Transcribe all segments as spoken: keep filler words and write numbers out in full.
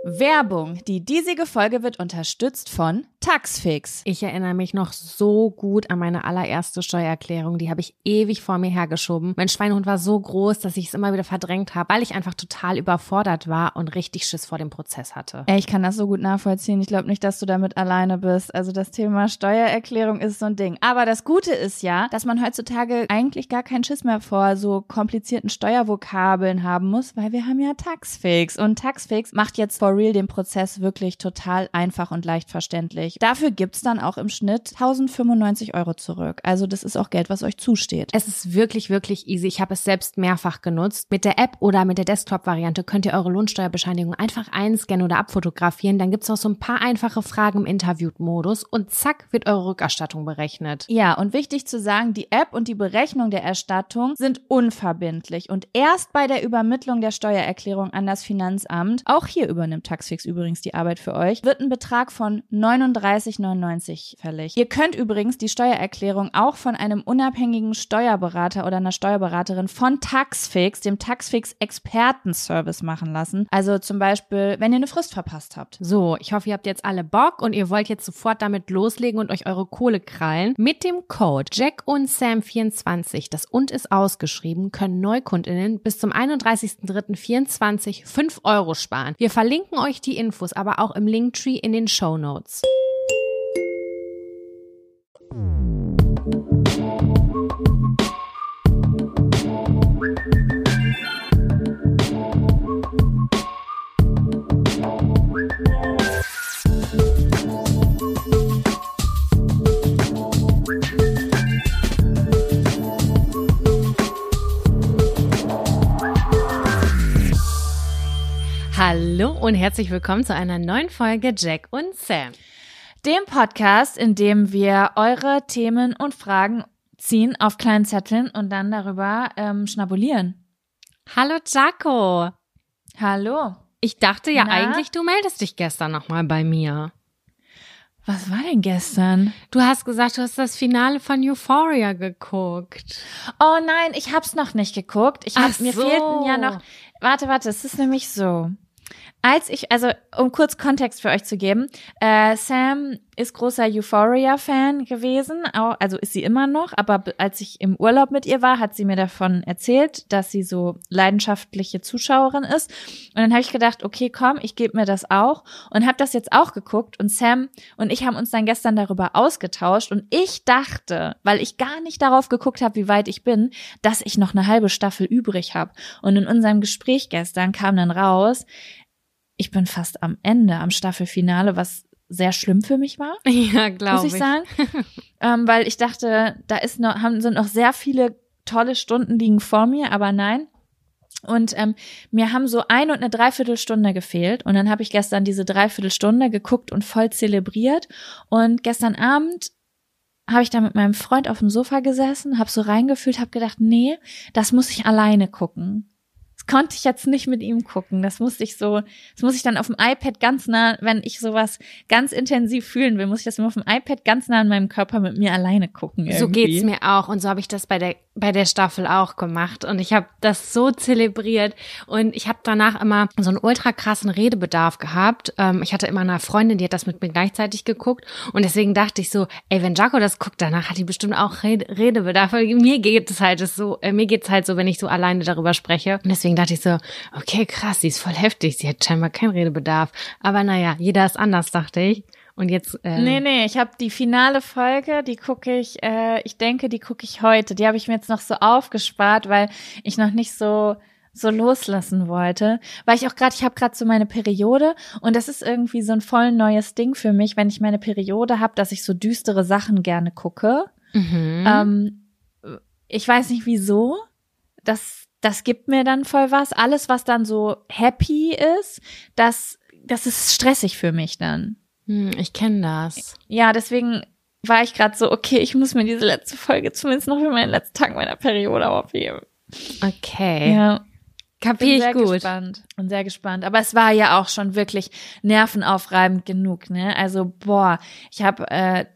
Werbung. Die diesige Folge wird unterstützt von Taxfix. Ich erinnere mich noch so gut an meine allererste Steuererklärung. Die habe ich ewig vor mir hergeschoben. Mein Schweinehund war so groß, dass ich es immer wieder verdrängt habe, weil ich einfach total überfordert war und richtig Schiss vor dem Prozess hatte. Ey, ich kann das so gut nachvollziehen. Ich glaube nicht, dass du damit alleine bist. Also das Thema Steuererklärung ist so ein Ding. Aber das Gute ist ja, dass man heutzutage eigentlich gar keinen Schiss mehr vor so komplizierten Steuervokabeln haben muss, weil wir haben ja Taxfix. Und Taxfix macht jetzt for real den Prozess wirklich total einfach und leicht verständlich. Dafür gibt's dann auch im Schnitt tausendfünfundneunzig Euro zurück. Also das ist auch Geld, was euch zusteht. Es ist wirklich, wirklich easy. Ich habe es selbst mehrfach genutzt. Mit der App oder mit der Desktop-Variante könnt ihr eure Lohnsteuerbescheinigung einfach einscannen oder abfotografieren. Dann gibt's noch so ein paar einfache Fragen im Interview-Modus und zack, wird eure Rückerstattung berechnet. Ja, und wichtig zu sagen, die App und die Berechnung der Erstattung sind unverbindlich. Und erst bei der Übermittlung der Steuererklärung an das Finanzamt, auch hier übernimmt Taxfix übrigens die Arbeit für euch, wird ein Betrag von neununddreißig neunundneunzig fällig. Ihr könnt übrigens die Steuererklärung auch von einem unabhängigen Steuerberater oder einer Steuerberaterin von Taxfix, dem Taxfix Expertenservice machen lassen. Also zum Beispiel, wenn ihr eine Frist verpasst habt. So, ich hoffe, ihr habt jetzt alle Bock und ihr wollt jetzt sofort damit loslegen und euch eure Kohle krallen. Mit dem Code Jack und Sam vierundzwanzig, das und ist ausgeschrieben, können NeukundInnen bis zum einunddreißigsten dritten vierundzwanzig fünf Euro sparen. Wir verlinken euch die Infos aber auch im Linktree in den Shownotes. Hallo und herzlich willkommen zu einer neuen Folge Jack und Sam. Dem Podcast, in dem wir eure Themen und Fragen ziehen auf kleinen Zetteln und dann darüber ähm, schnabulieren. Hallo Jaco. Hallo. Ich dachte ja Na? eigentlich, du meldest dich gestern nochmal bei mir. Was war denn gestern? Du hast gesagt, du hast das Finale von Euphoria geguckt. Oh nein, ich hab's noch nicht geguckt. Ich hab, Ach mir so. fehlten ja noch. Warte, warte, es ist nämlich so. Als ich, also um kurz Kontext für euch zu geben, äh, Sam ist großer Euphoria-Fan gewesen, auch, also ist sie immer noch, aber b- als ich im Urlaub mit ihr war, hat sie mir davon erzählt, dass sie so leidenschaftliche Zuschauerin ist. Und dann habe ich gedacht, okay, komm, ich gebe mir das auch und habe das jetzt auch geguckt und Sam und ich haben uns dann gestern darüber ausgetauscht und ich dachte, weil ich gar nicht darauf geguckt habe, wie weit ich bin, dass ich noch eine halbe Staffel übrig habe. Und in unserem Gespräch gestern kam dann raus, ich bin fast am Ende, am Staffelfinale, was sehr schlimm für mich war, Ja, glaube muss ich sagen. ähm, weil ich dachte, da ist noch, haben, sind noch sehr viele tolle Stunden liegen vor mir, aber nein. Und ähm, mir haben so ein und eine Dreiviertelstunde gefehlt. Und dann habe ich gestern diese Dreiviertelstunde geguckt und voll zelebriert. Und gestern Abend habe ich da mit meinem Freund auf dem Sofa gesessen, habe so reingefühlt, habe gedacht, nee, das muss ich alleine gucken. Das konnte ich jetzt nicht mit ihm gucken. Das musste ich so, das muss ich dann auf dem iPad ganz nah, wenn ich sowas ganz intensiv fühlen will, muss ich das immer auf dem iPad ganz nah an meinem Körper mit mir alleine gucken. Irgendwie. So geht's mir auch und so habe ich das bei der bei der Staffel auch gemacht und ich habe das so zelebriert und ich habe danach immer so einen ultra krassen Redebedarf gehabt. Ähm, ich hatte immer eine Freundin, die hat das mit mir gleichzeitig geguckt und deswegen dachte ich so, ey, wenn Jaco das guckt, danach hat die bestimmt auch Red- Redebedarf. Weil mir geht es halt so, äh, mir geht's halt so, wenn ich so alleine darüber spreche. Und deswegen dachte ich so, okay, krass, sie ist voll heftig, sie hat scheinbar keinen Redebedarf. Aber naja, jeder ist anders, dachte ich. Und jetzt ähm, Nee, nee, ich habe die finale Folge, die gucke ich, äh, ich denke, die gucke ich heute. Die habe ich mir jetzt noch so aufgespart, weil ich noch nicht so so loslassen wollte. Weil ich auch gerade, ich habe gerade so meine Periode und das ist irgendwie so ein voll neues Ding für mich, wenn ich meine Periode habe, dass ich so düstere Sachen gerne gucke. mhm. Ähm, ich weiß nicht wieso, das, das gibt mir dann voll was. Alles, was dann so happy ist, das, das ist stressig für mich dann. Hm, ich kenne das. Ja, deswegen war ich gerade so, okay, ich muss mir diese letzte Folge zumindest noch für meinen letzten Tag meiner Periode aufheben. Okay. Ja, Kapier bin sehr ich gut. gespannt. Und sehr gespannt. Aber es war ja auch schon wirklich nervenaufreibend genug, ne? Also, boah, ich habe, äh,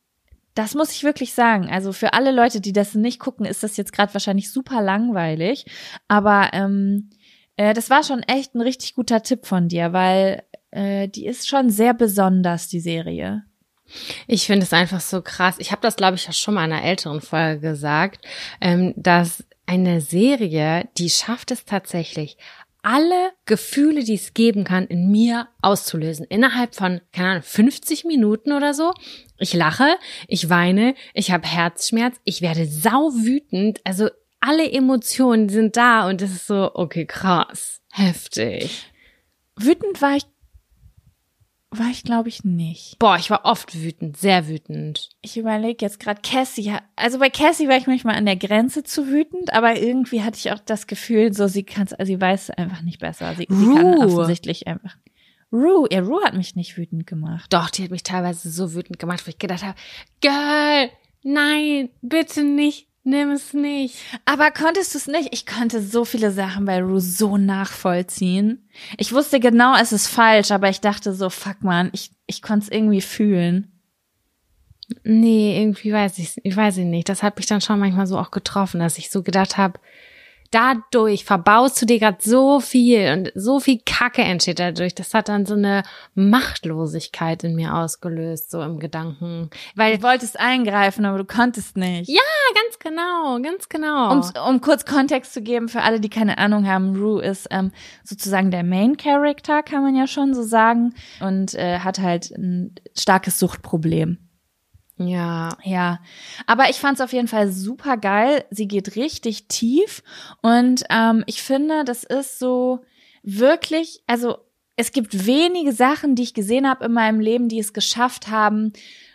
das muss ich wirklich sagen. Also für alle Leute, die das nicht gucken, ist das jetzt gerade wahrscheinlich super langweilig. Aber ähm, äh, das war schon echt ein richtig guter Tipp von dir, weil äh, die ist schon sehr besonders, die Serie. Ich finde es einfach so krass. Ich habe das, glaube ich, ja schon mal in einer älteren Folge gesagt, ähm, dass eine Serie, die schafft es tatsächlich, alle Gefühle, die es geben kann, in mir auszulösen. Innerhalb von, keine Ahnung, fünfzig Minuten oder so. Ich lache, ich weine, ich habe Herzschmerz, ich werde sauwütend. Also alle Emotionen sind da und es ist so, okay, krass, heftig. Wütend war ich, war ich glaube ich nicht. Boah, ich war oft wütend, sehr wütend. Ich überlege jetzt gerade Cassie. Also bei Cassie war ich manchmal an der Grenze zu wütend, aber irgendwie hatte ich auch das Gefühl, so sie kann, also sie weiß einfach nicht besser. Sie, sie kann offensichtlich einfach. Rue, ja, Rue hat mich nicht wütend gemacht. Doch, die hat mich teilweise so wütend gemacht, wo ich gedacht habe, Girl, nein, bitte nicht. Nimm es nicht. Aber konntest du es nicht? Ich konnte so viele Sachen bei Rue so nachvollziehen. Ich wusste genau, es ist falsch, aber ich dachte so, fuck man, ich, ich konnte es irgendwie fühlen. Nee, irgendwie weiß ich ich weiß ich nicht. Das hat mich dann schon manchmal so auch getroffen, dass ich so gedacht habe, dadurch verbaust du dir gerade so viel und so viel Kacke entsteht dadurch. Das hat dann so eine Machtlosigkeit in mir ausgelöst, so im Gedanken. Weil du wolltest eingreifen, aber du konntest nicht. Ja, ganz genau, ganz genau. Um, um kurz Kontext zu geben für alle, die keine Ahnung haben, Rue ist ähm, sozusagen der Main Character, kann man ja schon so sagen, und äh, hat halt ein starkes Suchtproblem. Ja. Ja, aber ich fand's auf jeden Fall super geil. Sie geht richtig tief und ähm, ich finde, das ist so wirklich, also es gibt wenige Sachen, die ich gesehen habe in meinem Leben, die es geschafft haben,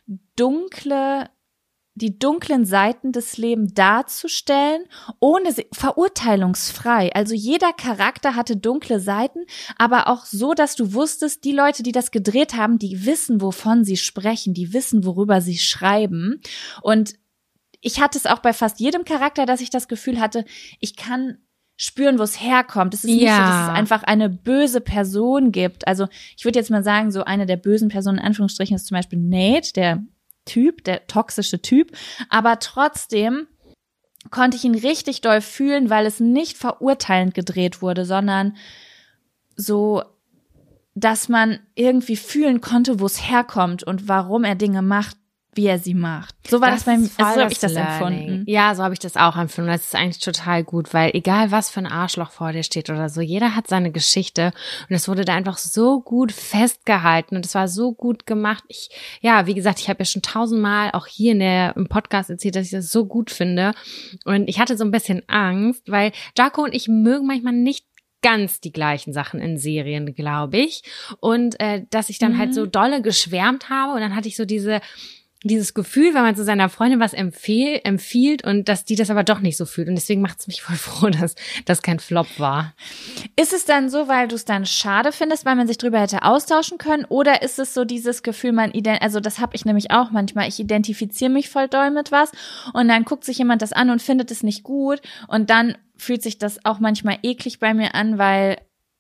dunkle die dunklen Seiten des Lebens darzustellen, ohne verurteilungsfrei. Also jeder Charakter hatte dunkle Seiten, aber auch so, dass du wusstest, die Leute, die das gedreht haben, die wissen, wovon sie sprechen, die wissen, worüber sie schreiben. Und ich hatte es auch bei fast jedem Charakter, dass ich das Gefühl hatte, ich kann spüren, wo es herkommt. Es ist nicht ja. so, dass es einfach eine böse Person gibt. Also ich würde jetzt mal sagen, so eine der bösen Personen in Anführungsstrichen ist zum Beispiel Nate, der Typ, der toxische Typ, aber trotzdem konnte ich ihn richtig doll fühlen, weil es nicht verurteilend gedreht wurde, sondern so, dass man irgendwie fühlen konnte, wo es herkommt und warum er Dinge macht, wie er sie macht. So war das, das beim, also so habe ich das Learning. empfunden. Ja, so habe ich das auch empfunden. Das ist eigentlich total gut, weil egal was für ein Arschloch vor dir steht oder so, jeder hat seine Geschichte und es wurde da einfach so gut festgehalten und es war so gut gemacht. Ich, ja, wie gesagt, ich habe ja schon tausendmal auch hier in der, im Podcast erzählt, dass ich das so gut finde und ich hatte so ein bisschen Angst, weil Jaco und ich mögen manchmal nicht ganz die gleichen Sachen in Serien, glaube ich, und äh, dass ich dann mhm. halt so dolle geschwärmt habe und dann hatte ich so diese dieses Gefühl, wenn man zu seiner Freundin was empfehl, empfiehlt und dass die das aber doch nicht so fühlt. Und deswegen macht es mich voll froh, dass das kein Flop war. Ist es dann so, weil du es dann schade findest, weil man sich drüber hätte austauschen können? Oder ist es so dieses Gefühl, man ident- also das habe ich nämlich auch manchmal, ich identifiziere mich voll doll mit was und dann guckt sich jemand das an und findet es nicht gut und dann fühlt sich das auch manchmal eklig bei mir an, weil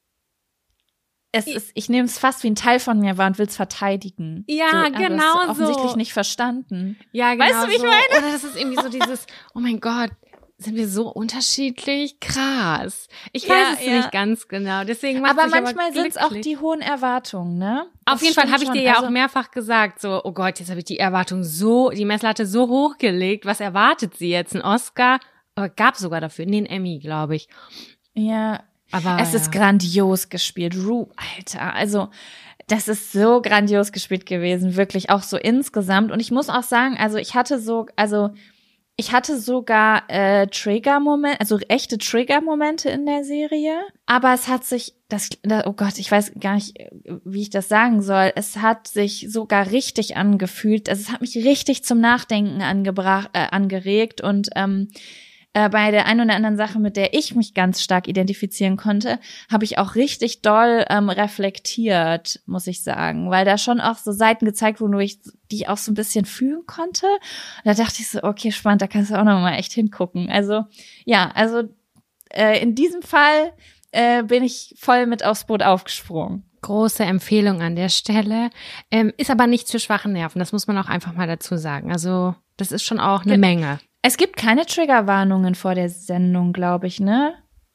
es ist, ich nehme es fast wie ein Teil von mir wahr und will es verteidigen. Ja, so, genau so. Offensichtlich nicht verstanden. Ja, genau Weißt du, wie ich so. meine? Oder das ist irgendwie so dieses, oh mein Gott, sind wir so unterschiedlich? Krass. Ich weiß ja, es ja. nicht ganz genau. Deswegen macht aber mich manchmal sind es auch die hohen Erwartungen, ne? Das Auf jeden Fall habe ich dir ja also, auch mehrfach gesagt, so, oh Gott, jetzt habe ich die Erwartung so, die Messlatte so hochgelegt. Was erwartet sie jetzt? Ein Oscar? Aber gab sogar dafür, nee, ein Emmy, glaube ich. Ja. Aber es ja. ist grandios gespielt. Rue, Alter, also das ist so grandios gespielt gewesen, wirklich auch so insgesamt. Und ich muss auch sagen, also ich hatte so, also ich hatte sogar äh, Trigger-Momente, also echte Trigger-Momente in der Serie. Aber es hat sich, das, oh Gott, ich weiß gar nicht, wie ich das sagen soll. Es hat sich sogar richtig angefühlt. Also es hat mich richtig zum Nachdenken angebracht, äh, angeregt und ähm, bei der einen oder anderen Sache, mit der ich mich ganz stark identifizieren konnte, habe ich auch richtig doll ähm, reflektiert, muss ich sagen, weil da schon auch so Seiten gezeigt wurden, wo ich die auch so ein bisschen fühlen konnte. Und da dachte ich so, okay, spannend, da kannst du auch noch mal echt hingucken. Also ja, also äh, in diesem Fall äh, bin ich voll mit aufs Boot aufgesprungen. Große Empfehlung an der Stelle. Ähm, ist aber nichts für schwache Nerven, das muss man auch einfach mal dazu sagen. Also das ist schon auch eine ja. Menge. Es gibt keine Triggerwarnungen vor der Sendung, glaube ich, ne?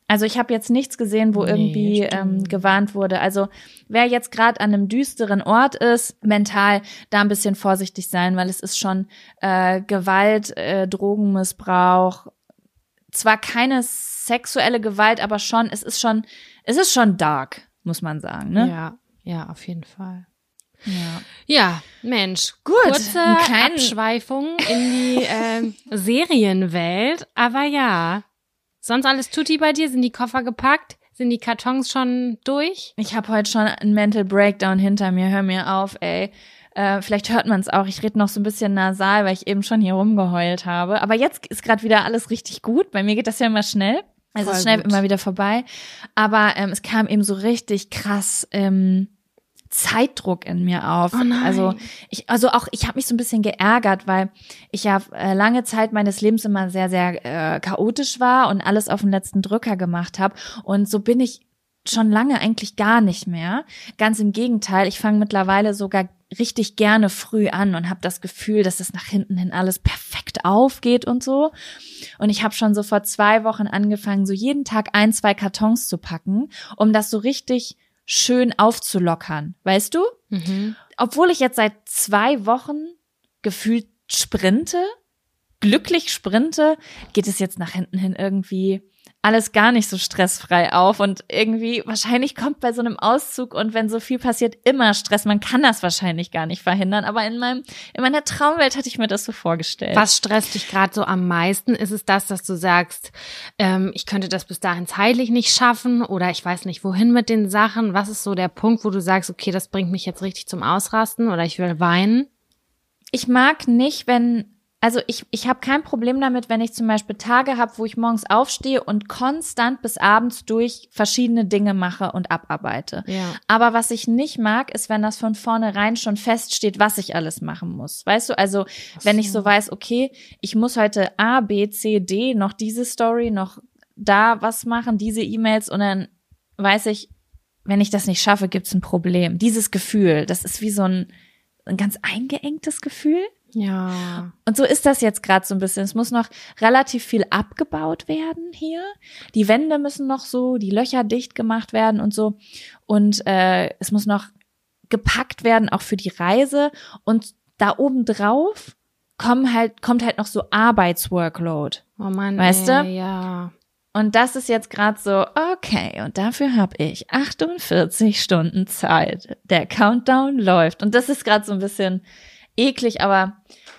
Also ich habe jetzt nichts gesehen, wo Nee, irgendwie stimmt. ähm, gewarnt wurde. Also wer jetzt gerade an einem düsteren Ort ist, mental, da ein bisschen vorsichtig sein, weil es ist schon äh, Gewalt, äh, Drogenmissbrauch, zwar keine sexuelle Gewalt, aber schon, es ist schon, es ist schon dark, muss man sagen, ne? Ja, ja, auf jeden Fall. Ja. Ja, Mensch, Gut, kurze einen kleinen- Abschweifung in die ähm, Serienwelt, aber ja. Sonst alles tutti bei dir? Sind die Koffer gepackt? Sind die Kartons schon durch? Ich habe heute schon einen Mental Breakdown hinter mir. Hör mir auf, ey. Äh, vielleicht hört man es auch. Ich rede noch so ein bisschen nasal, weil ich eben schon hier rumgeheult habe. Aber jetzt ist gerade wieder alles richtig gut. Bei mir geht das ja immer schnell. Also es ist Voll schnell gut. immer wieder vorbei. Aber ähm, es kam eben so richtig krass ähm, Zeitdruck in mir auf. Oh nein. Also ich, also auch ich habe mich so ein bisschen geärgert, weil ich ja äh, lange Zeit meines Lebens immer sehr, sehr äh, chaotisch war und alles auf den letzten Drücker gemacht habe. Und so bin ich schon lange eigentlich gar nicht mehr. Ganz im Gegenteil, ich fange mittlerweile sogar richtig gerne früh an und habe das Gefühl, dass es nach hinten hin alles perfekt aufgeht und so. Und ich habe schon so vor zwei Wochen angefangen, so jeden Tag ein, zwei Kartons zu packen, um das so richtig schön aufzulockern, weißt du? Mhm. Obwohl ich jetzt seit zwei Wochen gefühlt sprinte, glücklich sprinte, geht es jetzt nach hinten hin irgendwie alles gar nicht so stressfrei auf und irgendwie, wahrscheinlich kommt bei so einem Auszug und wenn so viel passiert, immer Stress. Man kann das wahrscheinlich gar nicht verhindern, aber in meinem, in meiner Traumwelt hatte ich mir das so vorgestellt. Was stresst dich gerade so am meisten? Ist es das, dass du sagst, ähm, ich könnte das bis dahin zeitlich nicht schaffen oder ich weiß nicht wohin mit den Sachen? Was ist so der Punkt, wo du sagst, okay, das bringt mich jetzt richtig zum Ausrasten oder ich will weinen? Ich mag nicht, wenn, also ich, ich habe kein Problem damit, wenn ich zum Beispiel Tage habe, wo ich morgens aufstehe und konstant bis abends durch verschiedene Dinge mache und abarbeite. Ja. Aber was ich nicht mag, ist, wenn das von vornherein schon feststeht, was ich alles machen muss. Weißt du, also wenn ich so weiß, okay, ich muss heute A, B, C, D, noch diese Story, noch da was machen, diese E-Mails und dann weiß ich, wenn ich das nicht schaffe, gibt's ein Problem. Dieses Gefühl, das ist wie so ein, ein ganz eingeengtes Gefühl. Ja. Und so ist das jetzt gerade so ein bisschen. Es muss noch relativ viel abgebaut werden hier. Die Wände müssen noch so, die Löcher dicht gemacht werden und so. Und äh, es muss noch gepackt werden, auch für die Reise. Und da oben drauf kommen halt, kommt halt noch so Arbeitsworkload. Oh Mann, Weißt ey, du? ja. Und das ist jetzt gerade so, okay, und dafür habe ich achtundvierzig Stunden Zeit. Der Countdown läuft. Und das ist gerade so ein bisschen eklig, aber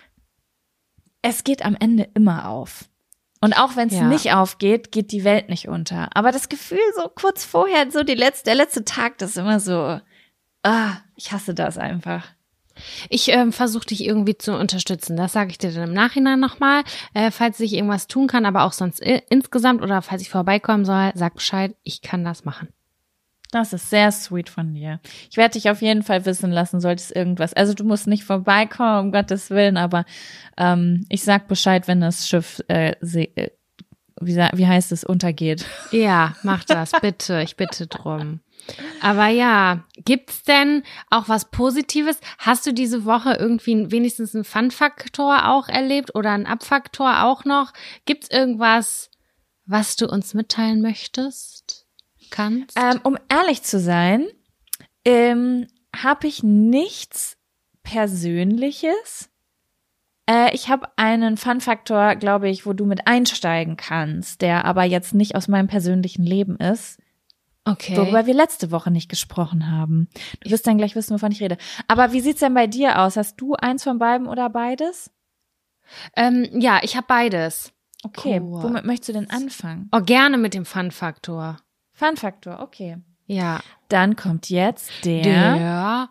es geht am Ende immer auf. Und auch wenn es Ja. nicht aufgeht, geht die Welt nicht unter. Aber das Gefühl so kurz vorher, so die letzte, der letzte Tag, das ist immer so, ah, ich hasse das einfach. Ich ähm, versuche dich irgendwie zu unterstützen. Das sage ich dir dann im Nachhinein nochmal. Äh, falls ich irgendwas tun kann, aber auch sonst i- insgesamt oder falls ich vorbeikommen soll, sag Bescheid, ich kann das machen. Das ist sehr sweet von dir. Ich werde dich auf jeden Fall wissen lassen, sollte es irgendwas. Also du musst nicht vorbeikommen, um Gottes Willen, aber ähm, ich sag Bescheid, wenn das Schiff, äh, see, äh, wie, sa- wie heißt es, untergeht. Ja, mach das, bitte. Ich bitte drum. Aber ja, gibt's denn auch was Positives? Hast du diese Woche irgendwie wenigstens einen Fun-Faktor auch erlebt oder einen Ab-Faktor auch noch? Gibt's irgendwas, was du uns mitteilen möchtest? Kannst? Ähm, um ehrlich zu sein, ähm, habe ich nichts Persönliches. Äh, ich habe einen Fun-Faktor, glaube ich, wo du mit einsteigen kannst, der aber jetzt nicht aus meinem persönlichen Leben ist. Okay. Worüber wir letzte Woche nicht gesprochen haben. Du wirst dann gleich wissen, wovon ich rede. Aber wie sieht's denn bei dir aus? Hast du eins von beiden oder beides? Ähm, ja, ich habe beides. Okay, Cool. womit möchtest du denn anfangen? Oh, gerne mit dem Fun-Faktor. Fun-Faktor, okay. Ja. Dann kommt jetzt der, Der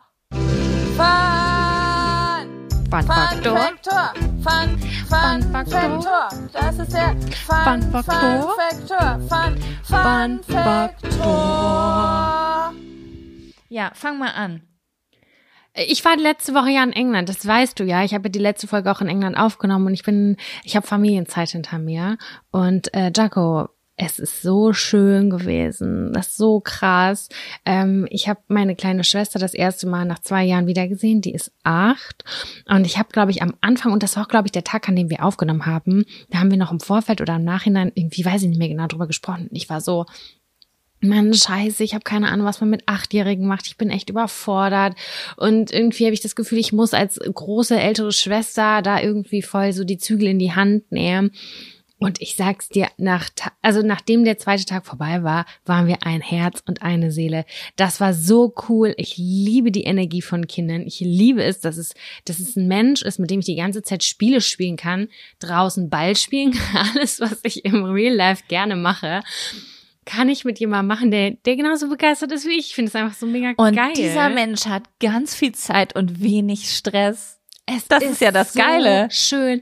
Fun-Faktor. Fun, Fun, Fun Faktor. Faktor. Das ist der Fun, Fun Faktor. Faktor. Fun, Fun Fun Faktor. ja, fang mal an. Ich war letzte Woche ja in England, das weißt du ja. Ich habe ja die letzte Folge auch in England aufgenommen und ich bin, ich habe Familienzeit hinter mir. Und äh, Jaco Es ist so schön gewesen. Das ist so krass. Ähm, ich habe meine kleine Schwester das erste Mal nach zwei Jahren wieder gesehen. Die ist acht. Und ich habe, glaube ich, am Anfang, und das war auch, glaube ich, der Tag, an dem wir aufgenommen haben, da haben wir noch im Vorfeld oder im Nachhinein, irgendwie weiß ich nicht mehr genau, drüber gesprochen. Ich war so, Mann, scheiße, ich habe keine Ahnung, was man mit Achtjährigen macht. Ich bin echt überfordert. Und irgendwie habe ich das Gefühl, ich muss als große, ältere Schwester da irgendwie voll so die Zügel in die Hand nehmen. Und ich sag's dir, nach, also nachdem der zweite Tag vorbei war, waren wir ein Herz und eine Seele. Das war so cool. Ich liebe die Energie von Kindern. Ich liebe es, dass es, dass es ein Mensch ist, mit dem ich die ganze Zeit Spiele spielen kann, draußen Ball spielen kann, alles, was ich im Real Life gerne mache, kann ich mit jemandem machen, der, der genauso begeistert ist wie ich. Ich finde es einfach so mega und geil. Und dieser Mensch hat ganz viel Zeit und wenig Stress. Es das ist, ist ja das so Geile. Schön.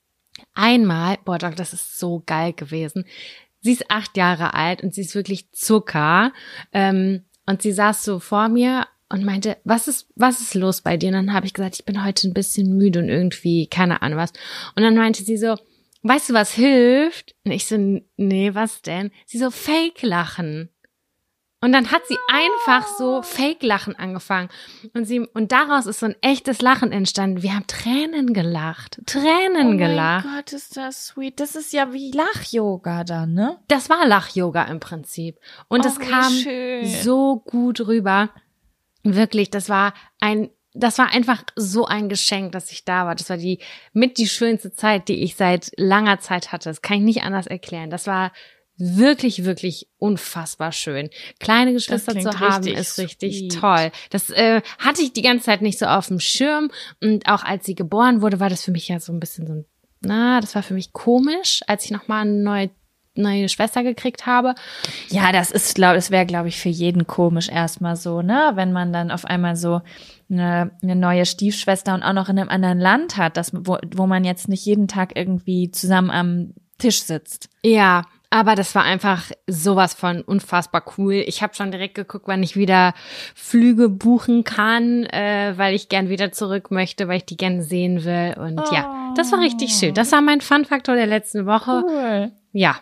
Einmal, boah, doch, das ist so geil gewesen. Sie ist acht Jahre alt und sie ist wirklich Zucker. Ähm, und sie saß so vor mir und meinte, was ist, was ist los bei dir? Und dann habe ich gesagt, ich bin heute ein bisschen müde und irgendwie, keine Ahnung was. Und dann meinte sie so, weißt du, was hilft? Und ich so, nee, was denn? Sie so, Fake-Lachen. Und dann hat sie einfach so Fake-Lachen angefangen. Und sie, und daraus ist so ein echtes Lachen entstanden. Wir haben Tränen gelacht. Tränen oh gelacht. Oh mein Gott, ist das sweet. Das ist ja wie Lach-Yoga dann, ne? Das war Lach-Yoga im Prinzip. Und es oh, kam schön. so gut rüber. Wirklich, das war ein, das war einfach so ein Geschenk, dass ich da war. Das war die, mit die schönste Zeit, die ich seit langer Zeit hatte. Das kann ich nicht anders erklären. Das war wirklich, wirklich unfassbar schön. Kleine Geschwister zu haben, ist richtig sweet. Toll. Das äh, hatte ich die ganze Zeit nicht so auf dem Schirm. Und auch als sie geboren wurde, war das für mich ja so ein bisschen so ein, na, das war für mich komisch, als ich nochmal eine neue, neue Schwester gekriegt habe. Ja, das ist, glaube das wäre, glaube ich, für jeden komisch erstmal so, ne? Wenn man dann auf einmal so eine, eine neue Stiefschwester und auch noch in einem anderen Land hat, das, wo, wo man jetzt nicht jeden Tag irgendwie zusammen am Tisch sitzt. Ja, aber das war einfach sowas von unfassbar cool. Ich habe schon direkt geguckt, wann ich wieder Flüge buchen kann, äh, weil ich gern wieder zurück möchte, weil ich die gerne sehen will. Und oh. ja, das war richtig schön. Das war mein Fun-Faktor der letzten Woche. Cool. Ja.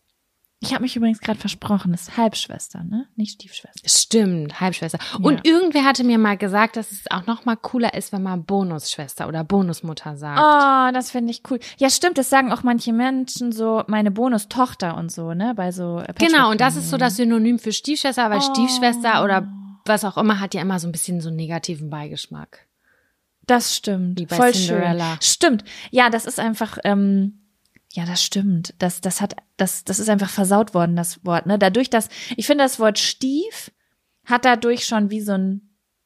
Ich habe mich übrigens gerade versprochen, das ist Halbschwester, ne? Nicht Stiefschwester. Stimmt, Halbschwester. Ja. Und irgendwer hatte mir mal gesagt, dass es auch noch mal cooler ist, wenn man Bonusschwester oder Bonusmutter sagt. Oh, das finde ich cool. Ja, stimmt, das sagen auch manche Menschen so, meine Bonustochter und so, ne? Bei so Genau, und das ist so das Synonym für Stiefschwester, weil oh. Stiefschwester oder was auch immer hat ja immer so ein bisschen so einen negativen Beigeschmack. Das stimmt. Wie bei Voll Cinderella. Schön. Stimmt. Ja, das ist einfach, ähm, ja, das stimmt. Das, das hat, das, das ist einfach versaut worden, das Wort, ne? Dadurch, dass, ich finde, das Wort Stief hat dadurch schon wie so ein,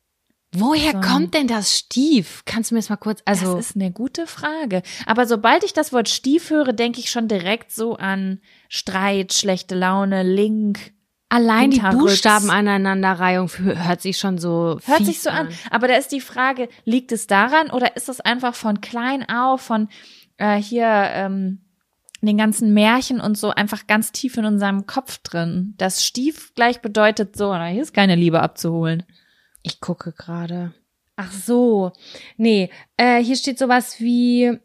Woher so ein, kommt denn das Stief? Kannst du mir das mal kurz, also. Das ist eine gute Frage. Aber sobald ich das Wort Stief höre, denke ich schon direkt so an Streit, schlechte Laune, Link. Allein die Buchstabenaneinanderreihung hört sich schon so Hört sich so an. an. Aber da ist die Frage, liegt es daran oder ist es einfach von klein auf, von äh, hier, ähm, den ganzen Märchen und so einfach ganz tief in unserem Kopf drin. Das Stief gleich bedeutet so, na, hier ist keine Liebe abzuholen. Ich gucke gerade. Ach so. Nee, äh, hier steht sowas wie,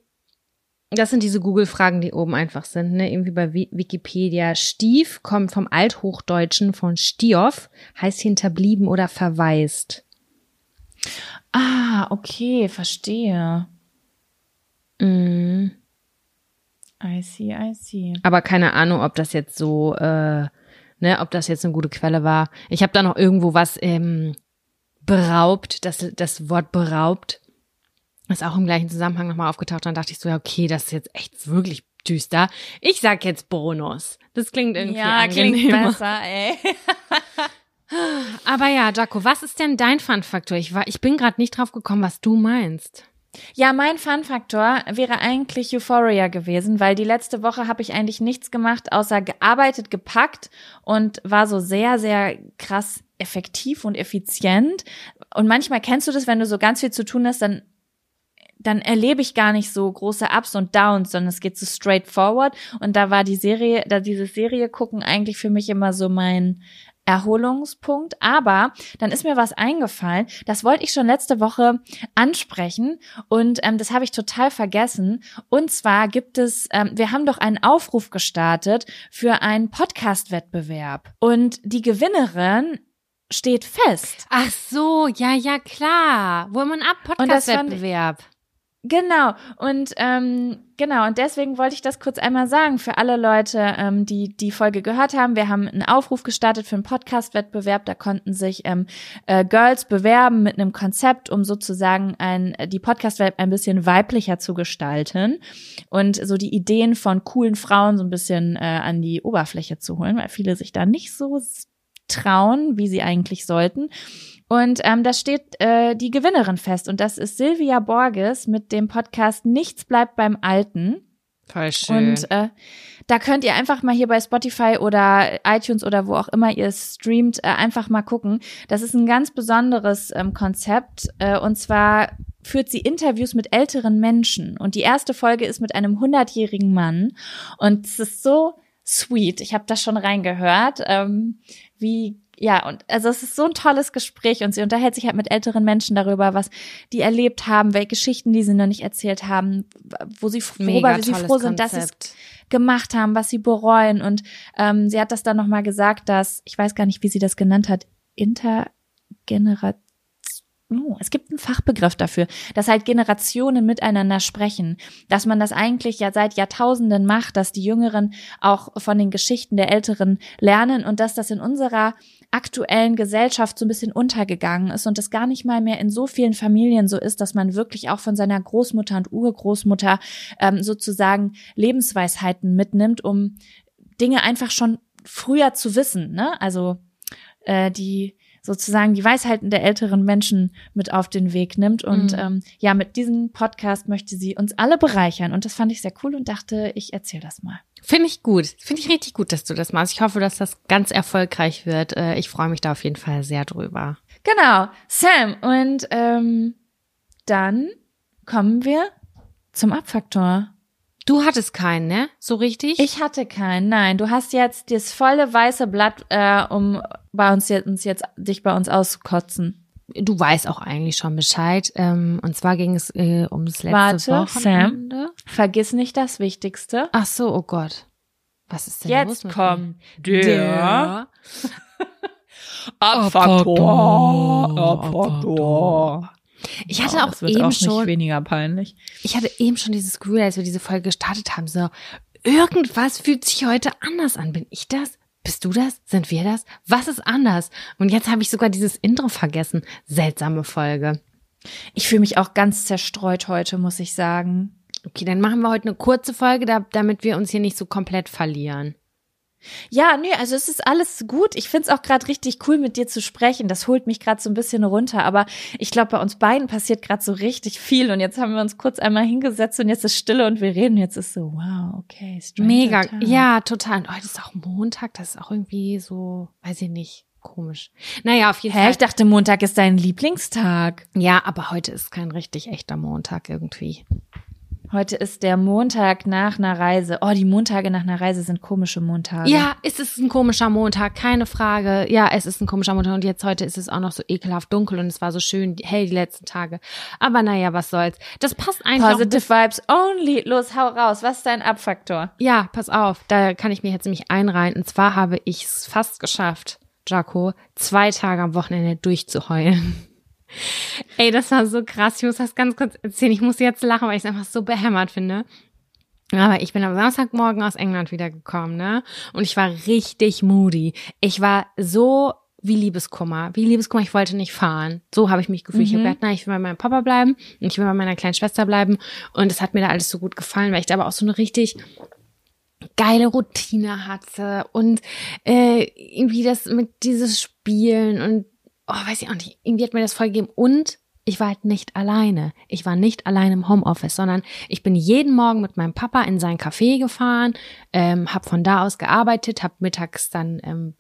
das sind diese Google-Fragen, die oben einfach sind, ne? Irgendwie bei Wikipedia. Stief kommt vom Althochdeutschen von Stiof, heißt hinterblieben oder verwaist. Ah, okay, verstehe. Mm. I see, I see. Aber keine Ahnung, ob das jetzt so, äh, ne, ob das jetzt eine gute Quelle war. Ich habe da noch irgendwo was ähm, beraubt, das, das Wort beraubt ist auch im gleichen Zusammenhang nochmal aufgetaucht. Dann dachte ich so, ja, okay, das ist jetzt echt wirklich düster. Ich sag jetzt Bonus. Das klingt irgendwie ja, angenehmer. Klingt besser, ey. Aber ja, Jaco, was ist denn dein Fun-Faktor? Ich war, ich bin gerade nicht drauf gekommen, was du meinst. Ja, mein Fun-Faktor wäre eigentlich Euphoria gewesen, weil die letzte Woche habe ich eigentlich nichts gemacht, außer gearbeitet, gepackt und war so sehr, sehr krass effektiv und effizient. Und manchmal kennst du das, wenn du so ganz viel zu tun hast, dann dann erlebe ich gar nicht so große Ups und Downs, sondern es geht so straight forward. Und da war die Serie, da diese Serie gucken eigentlich für mich immer so mein Erholungspunkt. Aber dann ist mir was eingefallen, das wollte ich schon letzte Woche ansprechen und ähm, das habe ich total vergessen. Und zwar gibt es, ähm, wir haben doch einen Aufruf gestartet für einen Podcast-Wettbewerb und die Gewinnerin steht fest. Ach so, ja, ja, klar. Wo man ab, Podcast-Wettbewerb. Genau, und ähm, genau, und deswegen wollte ich das kurz einmal sagen für alle Leute, ähm, die die Folge gehört haben. Wir haben einen Aufruf gestartet für einen Podcast-Wettbewerb, da konnten sich ähm, äh, Girls bewerben mit einem Konzept, um sozusagen ein die Podcast-Welt ein bisschen weiblicher zu gestalten und so die Ideen von coolen Frauen so ein bisschen äh, an die Oberfläche zu holen, weil viele sich da nicht so trauen, wie sie eigentlich sollten. Und ähm, da steht äh, die Gewinnerin fest und das ist Silvia Borges mit dem Podcast Nichts bleibt beim Alten. Voll schön. Und äh, da könnt ihr einfach mal hier bei Spotify oder iTunes oder wo auch immer ihr streamt, äh, einfach mal gucken. Das ist ein ganz besonderes ähm, Konzept äh, und zwar führt sie Interviews mit älteren Menschen und die erste Folge ist mit einem hundertjährigen Mann und es ist so sweet. Ich habe da schon reingehört, ähm, wie Ja, und also es ist so ein tolles Gespräch und sie unterhält sich halt mit älteren Menschen darüber, was die erlebt haben, welche Geschichten, die sie noch nicht erzählt haben, wo sie, worüber sie froh sind, dass sie es gemacht haben, was sie bereuen. Und ähm, sie hat das dann nochmal gesagt, dass, ich weiß gar nicht, wie sie das genannt hat, Intergeneration. Oh, es gibt einen Fachbegriff dafür, dass halt Generationen miteinander sprechen, dass man das eigentlich ja seit Jahrtausenden macht, dass die Jüngeren auch von den Geschichten der Älteren lernen und dass das in unserer aktuellen Gesellschaft so ein bisschen untergegangen ist und es gar nicht mal mehr in so vielen Familien so ist, dass man wirklich auch von seiner Großmutter und Urgroßmutter ähm, sozusagen Lebensweisheiten mitnimmt, um Dinge einfach schon früher zu wissen, ne? Also äh, die sozusagen die Weisheiten der älteren Menschen mit auf den Weg nimmt. Und mhm. ähm, ja, mit diesem Podcast möchte sie uns alle bereichern. Und das fand ich sehr cool und dachte, ich erzähle das mal. Finde ich gut. Finde ich richtig gut, dass du das machst. Ich hoffe, dass das ganz erfolgreich wird. Ich freue mich da auf jeden Fall sehr drüber. Genau, Sam. Und ähm, dann kommen wir zum Abfaktor. Du hattest keinen, ne? So richtig? Ich hatte keinen, nein. Du hast jetzt das volle weiße Blatt, äh, um bei uns jetzt, uns jetzt dich bei uns auszukotzen. Du weißt auch eigentlich schon Bescheid. Ähm, und zwar ging es äh, ums letzte Warte, Wochenende. Sam, vergiss nicht das Wichtigste. Ach so, oh Gott. Was ist denn jetzt los mit kommt mir? der Abfaktor. Abfaktor. Ich hatte wow, auch das wird eben auch nicht schon weniger peinlich. Ich hatte eben schon dieses Gefühl, als wir diese Folge gestartet haben, so irgendwas fühlt sich heute anders an. Bin ich das? Bist du das? Sind wir das? Was ist anders? Und jetzt habe ich sogar dieses Intro vergessen. Seltsame Folge. Ich fühle mich auch ganz zerstreut heute, muss ich sagen. Okay, dann machen wir heute eine kurze Folge, da, damit wir uns hier nicht so komplett verlieren. Ja, nee, also es ist alles gut. Ich find's auch gerade richtig cool, mit dir zu sprechen. Das holt mich gerade so ein bisschen runter. Aber ich glaube, bei uns beiden passiert gerade so richtig viel. Und jetzt haben wir uns kurz einmal hingesetzt und jetzt ist Stille und wir reden. Jetzt ist so, wow, okay, mega, Tag. Ja, total. Und heute ist auch Montag. Das ist auch irgendwie so, weiß ich nicht, komisch. Naja, auf jeden Hä, Fall. ich dachte, Montag ist dein Lieblingstag. Ja, aber heute ist kein richtig echter Montag irgendwie. Heute ist der Montag nach einer Reise. Oh, die Montage nach einer Reise sind komische Montage. Ja, es ist ein komischer Montag, keine Frage. Ja, es ist ein komischer Montag und jetzt heute ist es auch noch so ekelhaft dunkel und es war so schön hell die letzten Tage. Aber naja, was soll's. Das passt eigentlich Positive Vibes only. Los, hau raus. Was ist dein Abfaktor? Ja, pass auf. Da kann ich mir jetzt nämlich einreihen. Und zwar habe ich es fast geschafft, Jaco, zwei Tage am Wochenende durchzuheulen. Ey, das war so krass. Ich muss das ganz kurz erzählen. Ich muss jetzt lachen, weil ich es einfach so behämmert finde. Aber ich bin am Samstagmorgen aus England wiedergekommen, ne? Und ich war richtig moody. Ich war so wie Liebeskummer. Wie Liebeskummer, ich wollte nicht fahren. So habe ich mich gefühlt. Mhm. Ich habe gedacht, na, ich will bei meinem Papa bleiben und ich will bei meiner kleinen Schwester bleiben. Und es hat mir da alles so gut gefallen, weil ich da aber auch so eine richtig geile Routine hatte. Und äh, irgendwie das mit dieses Spielen und oh, weiß ich auch nicht, irgendwie hat mir das voll gegeben. Und ich war halt nicht alleine. Ich war nicht alleine im Homeoffice, sondern ich bin jeden Morgen mit meinem Papa in sein Café gefahren, ähm, habe von da aus gearbeitet, habe mittags dann ähm,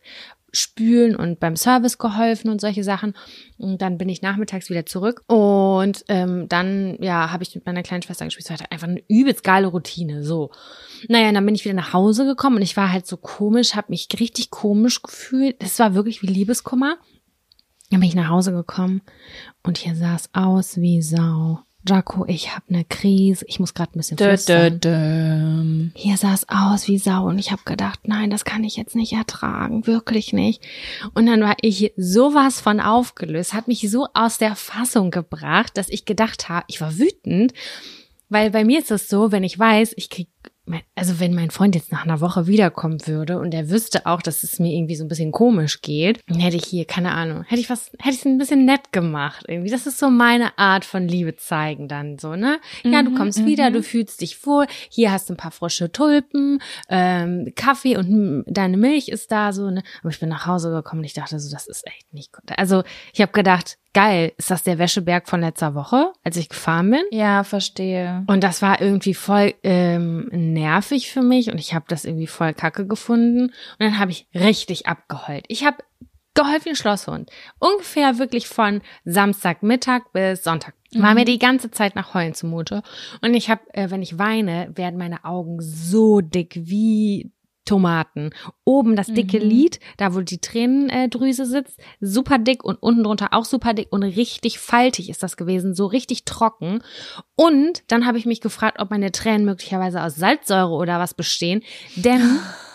Spülen und beim Service geholfen und solche Sachen. Und dann bin ich nachmittags wieder zurück. Und ähm, dann, ja, habe ich mit meiner kleinen Schwester gespielt. Es war einfach eine übelst geile Routine, so. Naja, und dann bin ich wieder nach Hause gekommen und ich war halt so komisch, habe mich richtig komisch gefühlt. Es war wirklich wie Liebeskummer. Dann bin ich nach Hause gekommen und hier sah es aus wie Sau. Jaco, ich habe eine Krise, ich muss gerade ein bisschen flüstern. Dö, dö, dö. Hier sah es aus wie Sau und ich habe gedacht, nein, das kann ich jetzt nicht ertragen, wirklich nicht. Und dann war ich sowas von aufgelöst, hat mich so aus der Fassung gebracht, dass ich gedacht habe, ich war wütend, weil bei mir ist es so, wenn ich weiß, ich krieg, also wenn mein Freund jetzt nach einer Woche wiederkommen würde und er wüsste auch, dass es mir irgendwie so ein bisschen komisch geht, dann hätte ich hier, keine Ahnung, hätte ich was, hätte ich es ein bisschen nett gemacht irgendwie. Das ist so meine Art von Liebe zeigen dann so, ne? Ja, du kommst mhm, wieder, du fühlst dich wohl, hier hast du ein paar frische Tulpen, ähm, Kaffee und deine Milch ist da so, ne? Aber ich bin nach Hause gekommen und ich dachte so, das ist echt nicht gut. Also ich habe gedacht, geil, ist das der Wäscheberg von letzter Woche, als ich gefahren bin? Ja, verstehe. Und das war irgendwie voll ähm, nervig für mich und ich habe das irgendwie voll kacke gefunden. Und dann habe ich richtig abgeheult. Ich habe geheult wie ein Schlosshund. Ungefähr wirklich von Samstagmittag bis Sonntag. War mir die ganze Zeit nach Heulen zumute. Und ich habe, äh, wenn ich weine, werden meine Augen so dick wie Tomaten. Oben das dicke mhm. Lid, da wo die Tränendrüse sitzt, super dick und unten drunter auch super dick und richtig faltig ist das gewesen, so richtig trocken. Und dann habe ich mich gefragt, ob meine Tränen möglicherweise aus Salzsäure oder was bestehen, denn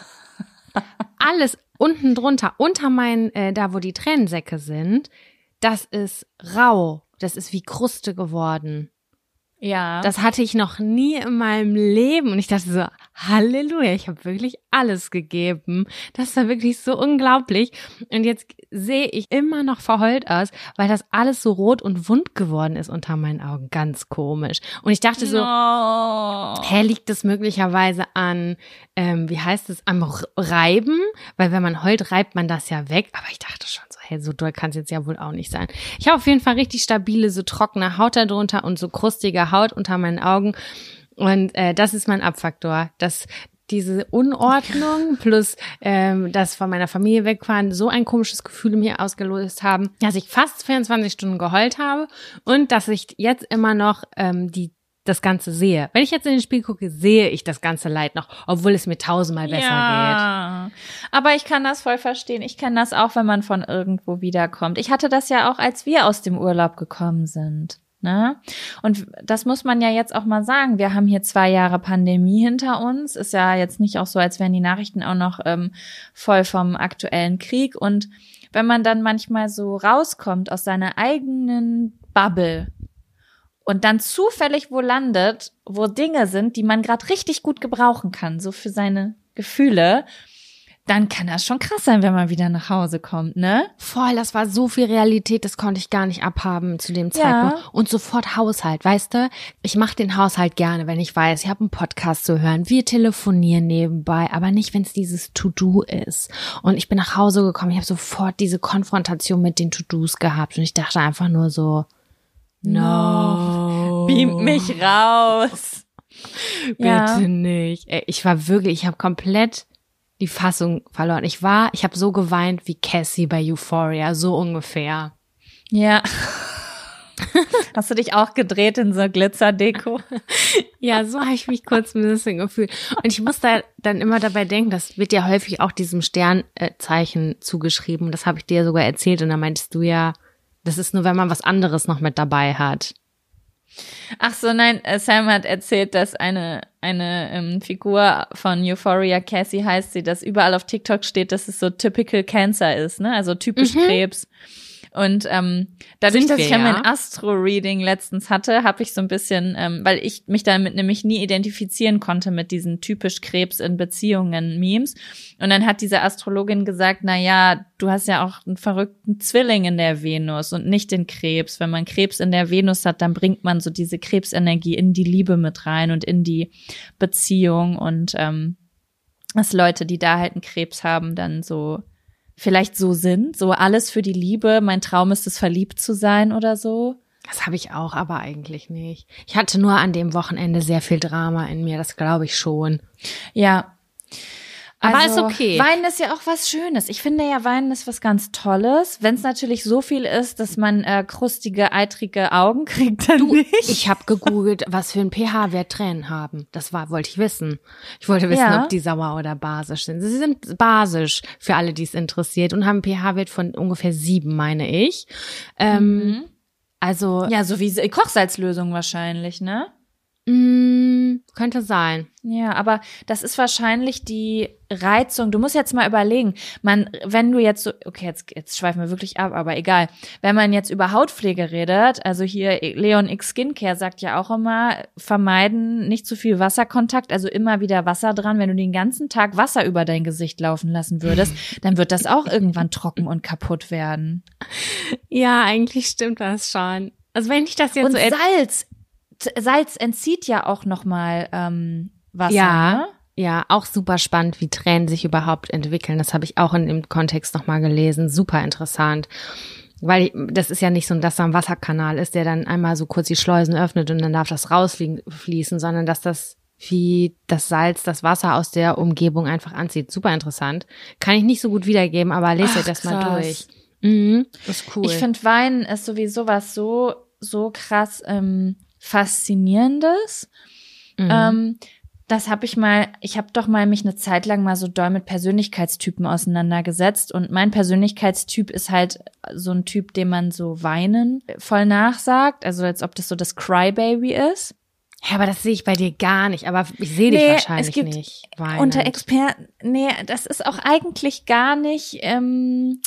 alles unten drunter, unter meinen, äh, da wo die Tränensäcke sind, das ist rau, das ist wie Kruste geworden. Ja. Das hatte ich noch nie in meinem Leben und ich dachte so, Halleluja, ich habe wirklich alles gegeben. Das war wirklich so unglaublich und jetzt sehe ich immer noch verheult aus, weil das alles so rot und wund geworden ist unter meinen Augen. Ganz komisch. Und ich dachte so, no. hä, liegt das möglicherweise an, ähm, wie heißt es, am Reiben? Weil wenn man heult, reibt man das ja weg. Aber ich dachte schon so, hey, so doll kann es jetzt ja wohl auch nicht sein. Ich habe auf jeden Fall richtig stabile, so trockene Haut da drunter und so krustige Haut unter meinen Augen. Und äh, das ist mein Abfaktor, dass diese Unordnung plus ähm, das von meiner Familie wegfahren so ein komisches Gefühl in mir ausgelöst haben, dass ich fast vierundzwanzig Stunden geheult habe und dass ich jetzt immer noch ähm, die das Ganze sehe. Wenn ich jetzt in den Spiegel gucke, sehe ich das ganze Leid noch, obwohl es mir tausendmal besser ja, geht. Aber ich kann das voll verstehen. Ich kenne das auch, wenn man von irgendwo wiederkommt. Ich hatte das ja auch, als wir aus dem Urlaub gekommen sind. Ne? Und das muss man ja jetzt auch mal sagen. Wir haben hier zwei Jahre Pandemie hinter uns. Ist ja jetzt nicht auch so, als wären die Nachrichten auch noch ähm, voll vom aktuellen Krieg. Und wenn man dann manchmal so rauskommt aus seiner eigenen Bubble und dann zufällig wo landet, wo Dinge sind, die man gerade richtig gut gebrauchen kann, so für seine Gefühle, dann kann das schon krass sein, wenn man wieder nach Hause kommt, ne? Voll, das war so viel Realität, das konnte ich gar nicht abhaben zu dem Zeitpunkt. Ja. Und sofort Haushalt, weißt du? Ich mache den Haushalt gerne, wenn ich weiß, ich habe einen Podcast zu hören, wir telefonieren nebenbei, aber nicht, wenn es dieses To-Do ist. Und ich bin nach Hause gekommen, ich habe sofort diese Konfrontation mit den To-Dos gehabt und ich dachte einfach nur so, no, beamt mich raus. Bitte ja. nicht. Ey, ich war wirklich, ich habe komplett die Fassung verloren. Ich war, ich habe so geweint wie Cassie bei Euphoria, so ungefähr. Ja. Hast du dich auch gedreht in so Glitzerdeko? Ja, so habe ich mich kurz ein bisschen gefühlt. Und ich muss da dann immer dabei denken, das wird ja häufig auch diesem Sternzeichen zugeschrieben. Das habe ich dir sogar erzählt und da meintest du ja, das ist nur, wenn man was anderes noch mit dabei hat. Ach so, nein, Sam hat erzählt, dass eine eine ähm, Figur von Euphoria, Cassie heißt sie, dass überall auf TikTok steht, dass es so typical Cancer ist, ne, also typisch mhm. Krebs. Und ähm, dadurch, Sind dass wir, ich ja mein ja? Astro-Reading letztens hatte, habe ich so ein bisschen, ähm, weil ich mich damit nämlich nie identifizieren konnte mit diesen typisch Krebs in Beziehungen-Memes. Und dann hat diese Astrologin gesagt, na ja, du hast ja auch einen verrückten Zwilling in der Venus und nicht den Krebs. Wenn man Krebs in der Venus hat, dann bringt man so diese Krebsenergie in die Liebe mit rein und in die Beziehung. Und ähm, dass Leute, die da halt einen Krebs haben, dann so vielleicht so sind, so alles für die Liebe, mein Traum ist es, verliebt zu sein oder so. Das habe ich auch, aber eigentlich nicht. Ich hatte nur an dem Wochenende sehr viel Drama in mir, das glaube ich schon. Ja, Aber Also, ist okay. Weinen ist ja auch was Schönes. Ich finde ja, Weinen ist was ganz Tolles. Wenn es natürlich so viel ist, dass man äh, krustige, eitrige Augen kriegt, dann nicht. Ich habe gegoogelt, was für ein pH-Wert Tränen haben. Das war, wollte ich wissen. Ich wollte wissen, Ja. ob die sauer oder basisch sind. Sie sind basisch für alle, die es interessiert und haben einen pH-Wert von ungefähr sieben, meine ich. Ähm, Also, Ja, so wie Se- Kochsalzlösung wahrscheinlich, ne? mh, könnte sein. Ja, aber das ist wahrscheinlich die Reizung. Du musst jetzt mal überlegen, man, wenn du jetzt so, okay, jetzt, jetzt schweifen wir wirklich ab, aber egal. Wenn man jetzt über Hautpflege redet, also hier Leon X Skincare sagt ja auch immer, vermeiden nicht zu viel Wasserkontakt, also immer wieder Wasser dran. Wenn du den ganzen Tag Wasser über dein Gesicht laufen lassen würdest, dann wird das auch irgendwann trocken und kaputt werden. Ja, eigentlich stimmt das schon. Also wenn ich das jetzt Und so... Salz, Salz entzieht ja auch nochmal ähm, Wasser, Ja, ne? ja, auch super spannend, wie Tränen sich überhaupt entwickeln. Das habe ich auch in dem Kontext nochmal gelesen. Super interessant. Weil das ist ja nicht so, dass da ein Wasserkanal ist, der dann einmal so kurz die Schleusen öffnet und dann darf das rausfließen, sondern dass das wie das Salz das Wasser aus der Umgebung einfach anzieht. Super interessant. Kann ich nicht so gut wiedergeben, aber lest Ach, euch das mal krass. durch. Mhm, ist cool. Ich finde, Weinen ist sowieso was so, so krass ähm, Faszinierendes. Mhm. Ähm, das habe ich mal, ich habe doch mal mich eine Zeit lang mal so doll mit Persönlichkeitstypen auseinandergesetzt und mein Persönlichkeitstyp ist halt so ein Typ, dem man so Weinen voll nachsagt, also als ob das so das Crybaby ist. Ja, aber das sehe ich bei dir gar nicht. Aber ich sehe dich Nee, wahrscheinlich es gibt nicht. Weinend. Unter Experten, nee, das ist auch eigentlich gar nicht ähm,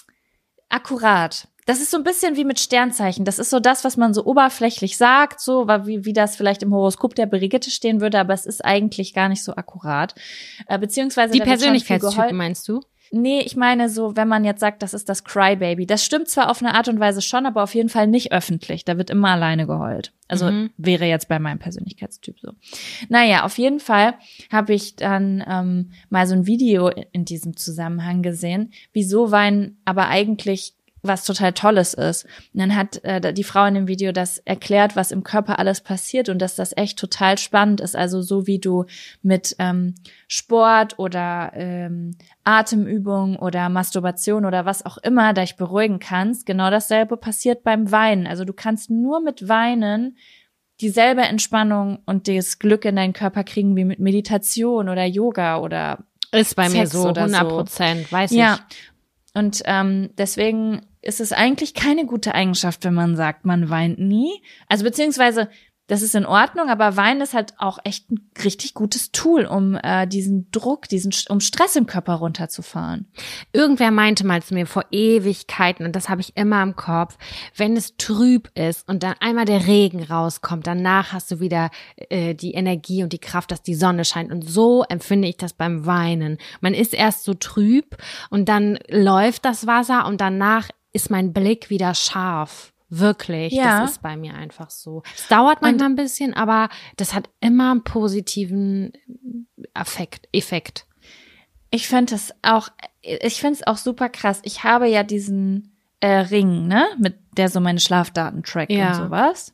akkurat. Das ist so ein bisschen wie mit Sternzeichen. Das ist so das, was man so oberflächlich sagt, so wie, wie das vielleicht im Horoskop der Brigitte stehen würde, aber es ist eigentlich gar nicht so akkurat. Äh, beziehungsweise Die da wird schon viel Persönlichkeitstypen geheult. meinst du? Nee, ich meine so, wenn man jetzt sagt, das ist das Crybaby. Das stimmt zwar auf eine Art und Weise schon, aber auf jeden Fall nicht öffentlich. Da wird immer alleine geheult. Also Mhm. wäre jetzt bei meinem Persönlichkeitstyp so. Naja, auf jeden Fall habe ich dann ähm, mal so ein Video in diesem Zusammenhang gesehen, wieso Weinen aber eigentlich was total Tolles ist. Und dann hat äh, die Frau in dem Video das erklärt, was im Körper alles passiert und dass das echt total spannend ist. Also so wie du mit ähm, Sport oder ähm, Atemübung oder Masturbation oder was auch immer dich beruhigen kannst, genau dasselbe passiert beim Weinen. Also du kannst nur mit Weinen dieselbe Entspannung und das Glück in deinen Körper kriegen wie mit Meditation oder Yoga oder Ist bei mir Sex so, oder so. hundert Prozent, weiß ja. ich. Und ähm, deswegen ist es eigentlich keine gute Eigenschaft, wenn man sagt, man weint nie. Also beziehungsweise, das ist in Ordnung, aber Weinen ist halt auch echt ein richtig gutes Tool, um äh, diesen Druck, diesen um Stress im Körper runterzufahren. Irgendwer meinte mal zu mir vor Ewigkeiten, und das habe ich immer im Kopf, wenn es trüb ist und dann einmal der Regen rauskommt, danach hast du wieder äh, die Energie und die Kraft, dass die Sonne scheint. Und so empfinde ich das beim Weinen. Man ist erst so trüb und dann läuft das Wasser und danach ist mein Blick wieder scharf. Wirklich, Ja. das ist bei mir einfach so. Es dauert manchmal ein bisschen, aber das hat immer einen positiven Effekt. Effekt. Ich finde es auch, ich finde es auch super krass. Ich habe ja diesen äh, Ring, ne, mit der so meine Schlafdaten trackt Ja. und sowas.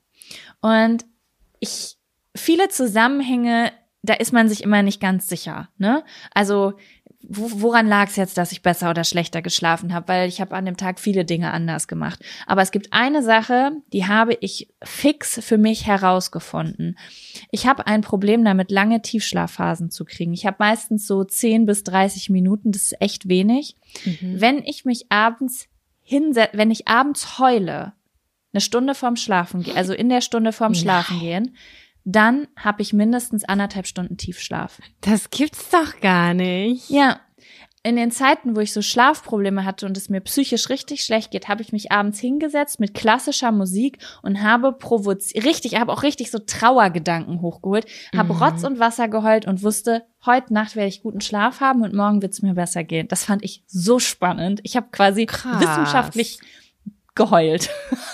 Und ich, viele Zusammenhänge, da ist man sich immer nicht ganz sicher, ne? Also wo, woran lag es jetzt, dass ich besser oder schlechter geschlafen habe? Weil ich habe an dem Tag viele Dinge anders gemacht. Aber es gibt eine Sache, die habe ich fix für mich herausgefunden. Ich habe ein Problem damit, lange Tiefschlafphasen zu kriegen. Ich habe meistens so zehn bis dreißig Minuten, das ist echt wenig. Mhm. Wenn ich mich abends hinsetze, wenn ich abends heule, eine Stunde vorm Schlafen gehen, also in der Stunde vorm Schlafen gehen, dann habe ich mindestens anderthalb Stunden Tiefschlaf. Das gibt's doch gar nicht. Ja, in den Zeiten, wo ich so Schlafprobleme hatte und es mir psychisch richtig schlecht geht, habe ich mich abends hingesetzt mit klassischer Musik und habe provoziert, richtig, habe auch richtig so Trauergedanken hochgeholt, habe Mhm. Rotz und Wasser geheult und wusste, heute Nacht werde ich guten Schlaf haben und morgen wird es mir besser gehen. Das fand ich so spannend. Ich habe quasi Krass. wissenschaftlich geheult.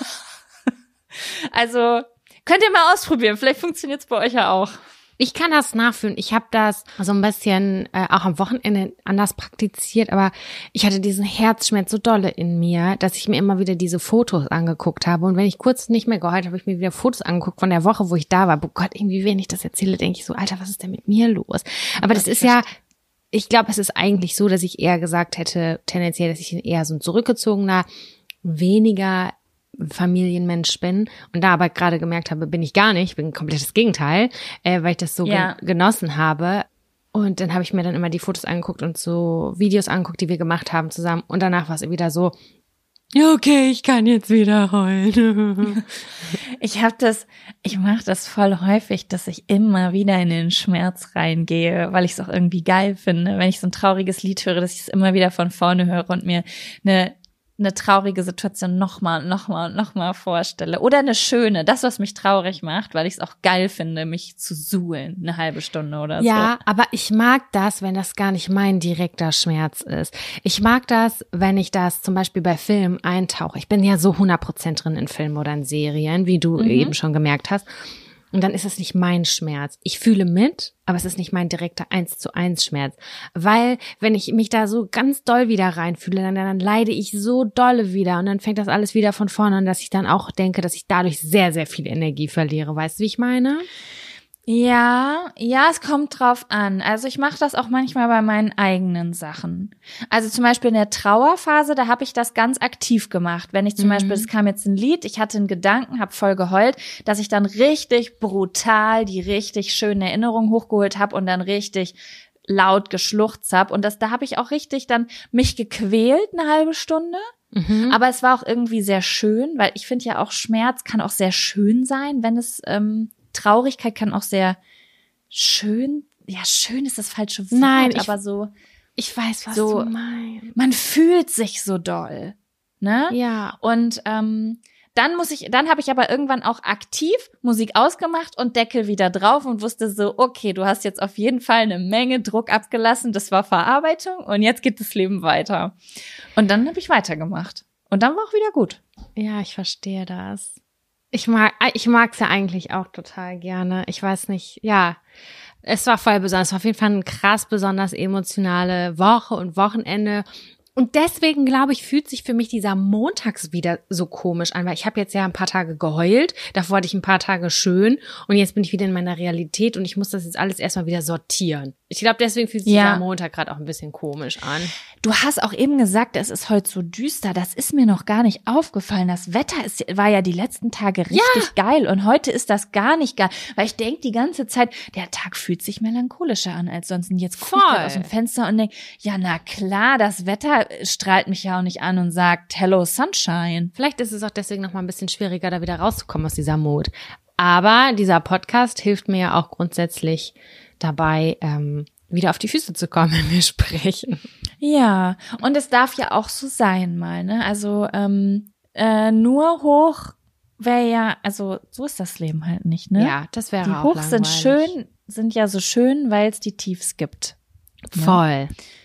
Also könnt ihr mal ausprobieren, vielleicht funktioniert es bei euch ja auch. Ich kann das nachfühlen. Ich habe das so ein bisschen äh, auch am Wochenende anders praktiziert, aber ich hatte diesen Herzschmerz so dolle in mir, dass ich mir immer wieder diese Fotos angeguckt habe. Und wenn ich kurz nicht mehr geheult habe, habe ich mir wieder Fotos angeguckt von der Woche, wo ich da war. Oh Gott, irgendwie, wenn ich das erzähle, denke ich so, Alter, was ist denn mit mir los? Aber das ist ja ich glaube, es ist eigentlich so, dass ich eher gesagt hätte, tendenziell, dass ich eher so ein zurückgezogener, weniger Familienmensch bin und da aber gerade gemerkt habe, bin ich gar nicht, bin ein komplettes Gegenteil, äh, weil ich das so Ja. gen- genossen habe. Und dann habe ich mir dann immer die Fotos angeguckt und so Videos angeguckt, die wir gemacht haben zusammen. Und danach war es wieder so, ja, okay, ich kann jetzt wieder heulen. Ich habe das, ich mache das voll häufig, dass ich immer wieder in den Schmerz reingehe, weil ich es auch irgendwie geil finde, wenn ich so ein trauriges Lied höre, dass ich es immer wieder von vorne höre und mir eine eine traurige Situation nochmal, nochmal, nochmal vorstelle. Oder eine schöne, das, was mich traurig macht, weil ich es auch geil finde, mich zu suhlen, eine halbe Stunde oder Ja, so. aber ich mag das, wenn das gar nicht mein direkter Schmerz ist. Ich mag das, wenn ich das zum Beispiel bei Filmen eintauche. Ich bin ja so hundert Prozent drin in Filmen oder in Serien, wie du Mhm. eben schon gemerkt hast. Und dann ist es nicht mein Schmerz. Ich fühle mit, aber es ist nicht mein direkter eins zu eins Schmerz. Weil, wenn ich mich da so ganz doll wieder reinfühle, dann, dann leide ich so dolle wieder. Und dann fängt das alles wieder von vorne an, dass ich dann auch denke, dass ich dadurch sehr, sehr viel Energie verliere. Weißt du, wie ich meine? Ja, ja, es kommt drauf an. Also ich mache das auch manchmal bei meinen eigenen Sachen. Also zum Beispiel in der Trauerphase, da habe ich das ganz aktiv gemacht. Wenn ich zum Mhm. Beispiel, es kam jetzt ein Lied, ich hatte einen Gedanken, habe voll geheult, dass ich dann richtig brutal die richtig schönen Erinnerungen hochgeholt habe und dann richtig laut geschluchzt habe. Und das, da habe ich auch richtig dann mich gequält eine halbe Stunde. Mhm. Aber es war auch irgendwie sehr schön, weil ich finde ja auch Schmerz kann auch sehr schön sein, wenn es ähm, Traurigkeit kann auch sehr schön, ja, schön ist das falsche Wort, Nein, ich- aber so, Ich weiß, was So- du meinst. man fühlt sich so doll, ne? Ja. Und ähm, dann muss ich, dann habe ich aber irgendwann auch aktiv Musik ausgemacht und Deckel wieder drauf und wusste so, okay, du hast jetzt auf jeden Fall eine Menge Druck abgelassen, das war Verarbeitung und jetzt geht das Leben weiter. Und dann habe ich weitergemacht. Und dann war auch wieder gut. Ja, ich verstehe das. Ich mag, ich mag's ja eigentlich auch total gerne. Ich weiß nicht, ja, es war voll besonders. Es war auf jeden Fall eine krass besonders emotionale Woche und Wochenende. Und deswegen, glaube ich, fühlt sich für mich dieser Montags wieder so komisch an, weil ich habe jetzt ja ein paar Tage geheult, davor hatte ich ein paar Tage schön und jetzt bin ich wieder in meiner Realität und ich muss das jetzt alles erstmal wieder sortieren. Ich glaube, deswegen fühlt sich Ja. dieser Montag gerade auch ein bisschen komisch an. Du hast auch eben gesagt, es ist heute so düster. Das ist mir noch gar nicht aufgefallen. Das Wetter ist, war ja die letzten Tage richtig geil und heute ist das gar nicht geil. Weil ich denke die ganze Zeit, der Tag fühlt sich melancholischer an als sonst. Und jetzt gucke ich Voll. grad aus dem Fenster und denke, ja na klar, das Wetter strahlt mich ja auch nicht an und sagt Hello Sunshine. Vielleicht ist es auch deswegen noch mal ein bisschen schwieriger, da wieder rauszukommen aus dieser Mut. Aber dieser Podcast hilft mir ja auch grundsätzlich dabei, ähm, wieder auf die Füße zu kommen, wenn wir sprechen. Ja, und es darf ja auch so sein mal, ne? Also ähm, äh, nur hoch wäre ja, also so ist das Leben halt nicht, ne? Ja, das wäre Die auch Hochs sind langweilig. schön, sind ja so schön, weil es die Tiefs gibt. Voll.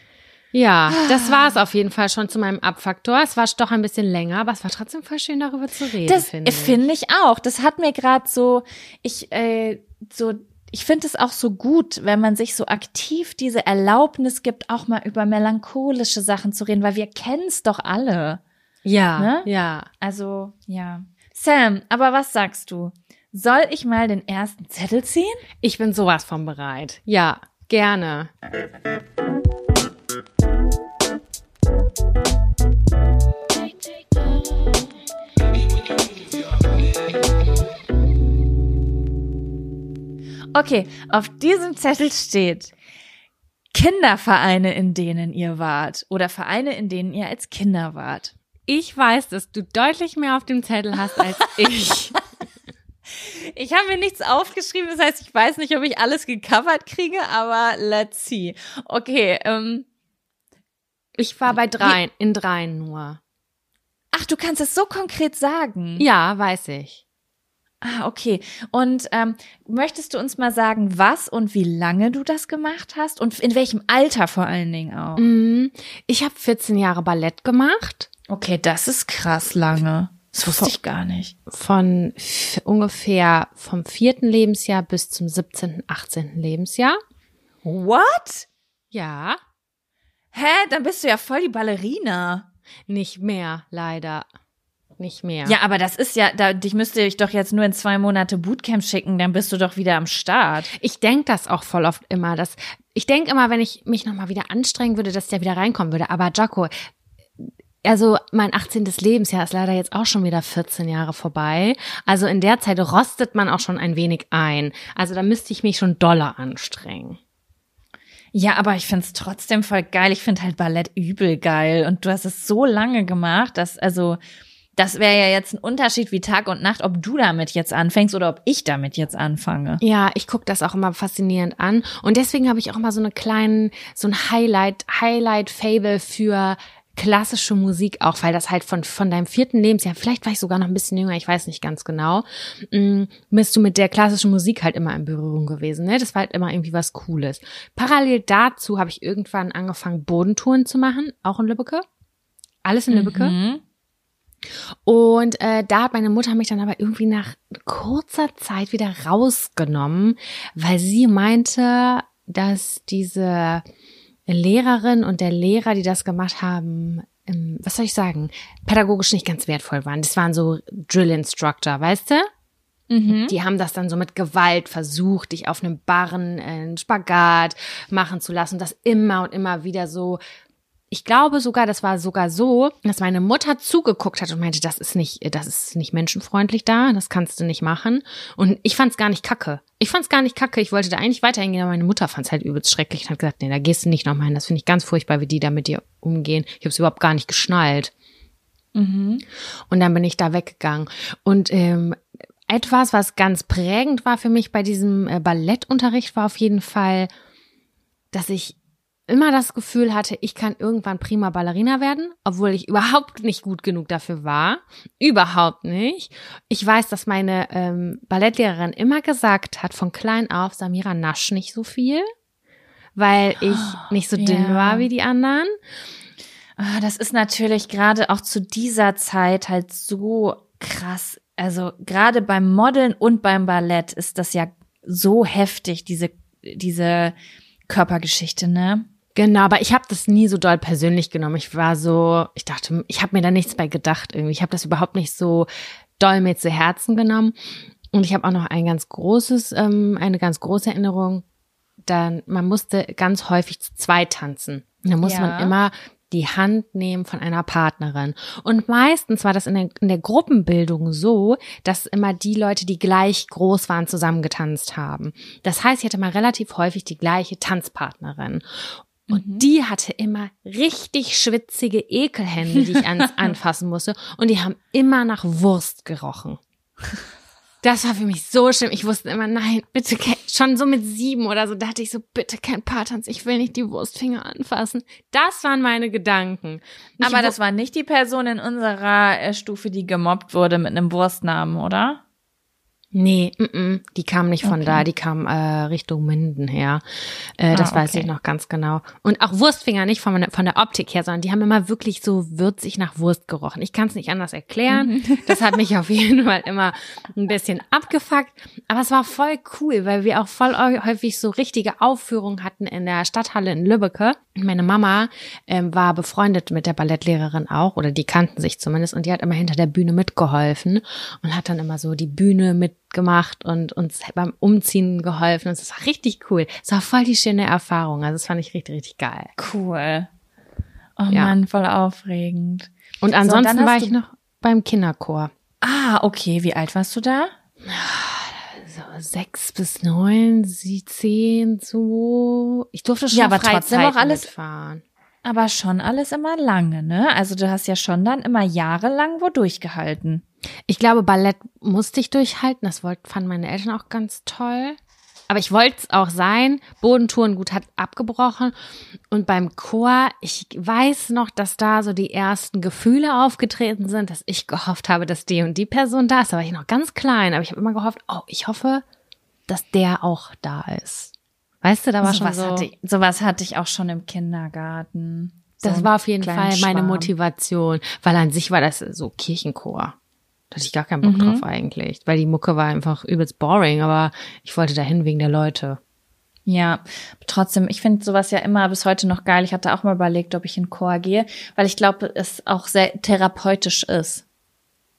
Ja, das war es auf jeden Fall schon zu meinem Abfaktor. Es war doch ein bisschen länger, aber es war trotzdem voll schön, darüber zu reden, Das finde ich. finde ich auch. Das hat mir gerade so, ich äh, so, ich finde es auch so gut, wenn man sich so aktiv diese Erlaubnis gibt, auch mal über melancholische Sachen zu reden, weil wir kennen es doch alle. Ja, Ne? ja. Also ja. Sam, aber was sagst du? Soll ich mal den ersten Zettel ziehen? Ich bin sowas von bereit. Ja, gerne. Okay, auf diesem Zettel steht Kindervereine, in denen ihr wart oder Vereine, in denen ihr als Kinder wart. Ich weiß, dass du deutlich mehr auf dem Zettel hast als ich. Ich habe mir nichts aufgeschrieben, das heißt, ich weiß nicht, ob ich alles gecovert kriege, aber let's see. Okay, ähm, Ich war bei dreien, in dreien nur. ach, du kannst es so konkret sagen. Ja, weiß ich. Ah, okay. Und ähm, möchtest du uns mal sagen, was und wie lange du das gemacht hast und in welchem Alter vor allen Dingen auch? Mm, Ich habe vierzehn Jahre Ballett gemacht. Okay, das ist krass lange. Das wusste ich gar nicht. Von f- ungefähr vom vierten Lebensjahr bis zum siebzehnten, achtzehnten Lebensjahr. What? Ja, Hä? Dann bist du ja voll die Ballerina. nicht mehr, leider. nicht mehr. Ja, aber das ist ja, da, dich müsste ich doch jetzt nur in zwei Monate Bootcamp schicken, dann bist du doch wieder am Start. Ich denke das auch voll oft immer. Dass, ich denke immer, wenn ich mich nochmal wieder anstrengen würde, dass der wieder reinkommen würde. Aber Jaco, also mein achtzehntes Lebensjahr ist leider jetzt auch schon wieder vierzehn Jahre vorbei. Also in der Zeit rostet man auch schon ein wenig ein. Also da müsste ich mich schon doller anstrengen. Ja, aber ich find's trotzdem voll geil. Ich find halt Ballett übel geil. Und du hast es so lange gemacht, dass, also, das wäre ja jetzt ein Unterschied wie Tag und Nacht, ob du damit jetzt anfängst oder ob ich damit jetzt anfange. Ja, ich gucke das auch immer faszinierend an. Und deswegen habe ich auch immer so eine kleinen, so ein Highlight, Highlight-Fable für klassische Musik auch, weil das halt von von deinem vierten Lebensjahr, vielleicht war ich sogar noch ein bisschen jünger, ich weiß nicht ganz genau, mh, bist du mit der klassischen Musik halt immer in Berührung gewesen, ne? Das war halt immer irgendwie was Cooles. Parallel dazu habe ich irgendwann angefangen, Bodentouren zu machen, auch in Lübbecke. Alles in Lübbecke. Mhm. Und äh, da hat meine Mutter mich dann aber irgendwie nach kurzer Zeit wieder rausgenommen, weil sie meinte, dass diese Lehrerin und der Lehrer, die das gemacht haben, ähm, was soll ich sagen, pädagogisch nicht ganz wertvoll waren. Das waren so Drill-Instructor, weißt du? Mhm. Die haben das dann so mit Gewalt versucht, dich auf einem Barren äh, einen Spagat machen zu lassen. Das immer und immer wieder so. Ich glaube sogar, das war sogar so, dass meine Mutter zugeguckt hat und meinte, das ist nicht, das ist nicht menschenfreundlich da, das kannst du nicht machen. Und ich fand's gar nicht kacke. Ich fand's gar nicht kacke. Ich wollte da eigentlich weiter hingehen, aber meine Mutter fand's halt übelst schrecklich und hat gesagt, nee, da gehst du nicht nochmal hin. Das finde ich ganz furchtbar, wie die da mit dir umgehen. Ich habe es überhaupt gar nicht geschnallt. Mhm. Und dann bin ich da weggegangen. Und ähm, etwas, was ganz prägend war für mich bei diesem äh, Ballettunterricht, war auf jeden Fall, dass ich immer das Gefühl hatte, ich kann irgendwann prima Ballerina werden, obwohl ich überhaupt nicht gut genug dafür war. Überhaupt nicht. Ich weiß, dass meine ähm, Ballettlehrerin immer gesagt hat, von klein auf, Samira, nasch nicht so viel, weil ich nicht so dünn Ja. war wie die anderen. Ah, das ist natürlich gerade auch zu dieser Zeit halt so krass. Also gerade beim Modeln und beim Ballett ist das ja so heftig, diese, diese Körpergeschichte, ne? Genau, aber ich habe das nie so doll persönlich genommen. Ich war so, ich dachte, ich habe mir da nichts bei gedacht irgendwie. Ich habe das überhaupt nicht so doll mir zu Herzen genommen. Und ich habe auch noch ein ganz großes, ähm, eine ganz große Erinnerung. Dann, man musste ganz häufig zu zweit tanzen. Und da muss Ja. man immer die Hand nehmen von einer Partnerin. Und meistens war das in der, in der Gruppenbildung so, dass immer die Leute, die gleich groß waren, zusammengetanzt haben. Das heißt, ich hatte mal relativ häufig die gleiche Tanzpartnerin. Und Mhm. die hatte immer richtig schwitzige Ekelhände, die ich ans, anfassen musste. Und die haben immer nach Wurst gerochen. Das war für mich so schlimm. Ich wusste immer, nein, bitte, kein, schon so mit sieben oder so, dachte ich so, bitte kein Paartanz, ich will nicht die Wurstfinger anfassen. Das waren meine Gedanken. Ich Aber wu- das war nicht die Person in unserer äh, Stufe, die gemobbt wurde mit einem Wurstnamen, oder? Nee, mm -mm, die kam nicht von Okay. da, die kam äh, Richtung Minden her. Äh, das Ah, weiß okay. ich noch ganz genau. Und auch Wurstfinger nicht von, von der Optik her, sondern die haben immer wirklich so würzig nach Wurst gerochen. Ich kann es nicht anders erklären. Das hat mich auf jeden Fall immer ein bisschen abgefuckt. Aber es war voll cool, weil wir auch voll häufig so richtige Aufführungen hatten in der Stadthalle in Lübbecke. Meine Mama ähm, war befreundet mit der Ballettlehrerin auch, oder die kannten sich zumindest, und die hat immer hinter der Bühne mitgeholfen und hat dann immer so die Bühne mitgemacht und uns beim Umziehen geholfen. Und es war richtig cool. Es war voll die schöne Erfahrung. Also das fand ich richtig, richtig geil. Cool. Oh Ja. Mann, voll aufregend. Und So, ansonsten dann hast war du- ich noch beim Kinderchor. Ah, okay. Wie alt warst du da? So sechs bis neun, sie zehn, so. Ich durfte schon Ja, aber trotzdem Freizeiten auch alles- mitfahren. Aber schon alles immer lange, ne? Also du hast ja schon dann immer jahrelang wo durchgehalten. Ich glaube, Ballett musste ich durchhalten. Das wollten, fanden meine Eltern auch ganz toll. Aber ich wollte es auch sein. Bodentouren, gut, hat abgebrochen. Und beim Chor, ich weiß noch, dass da so die ersten Gefühle aufgetreten sind, dass ich gehofft habe, dass die und die Person da ist. Da war ich noch ganz klein. Aber ich habe immer gehofft, oh, ich hoffe, dass der auch da ist. Weißt du, da war schon sowas so. hatte ich, sowas hatte ich auch schon im Kindergarten. So Das einen war auf jeden kleinen Fall meine Schwarm. Motivation. Weil an sich war das so Kirchenchor. Da hatte ich gar keinen Bock Mhm. drauf eigentlich. Weil die Mucke war einfach übelst boring, aber ich wollte dahin wegen der Leute. Ja, trotzdem, ich finde sowas ja immer bis heute noch geil. Ich hatte auch mal überlegt, ob ich in Chor gehe, weil ich glaube, es auch sehr therapeutisch ist.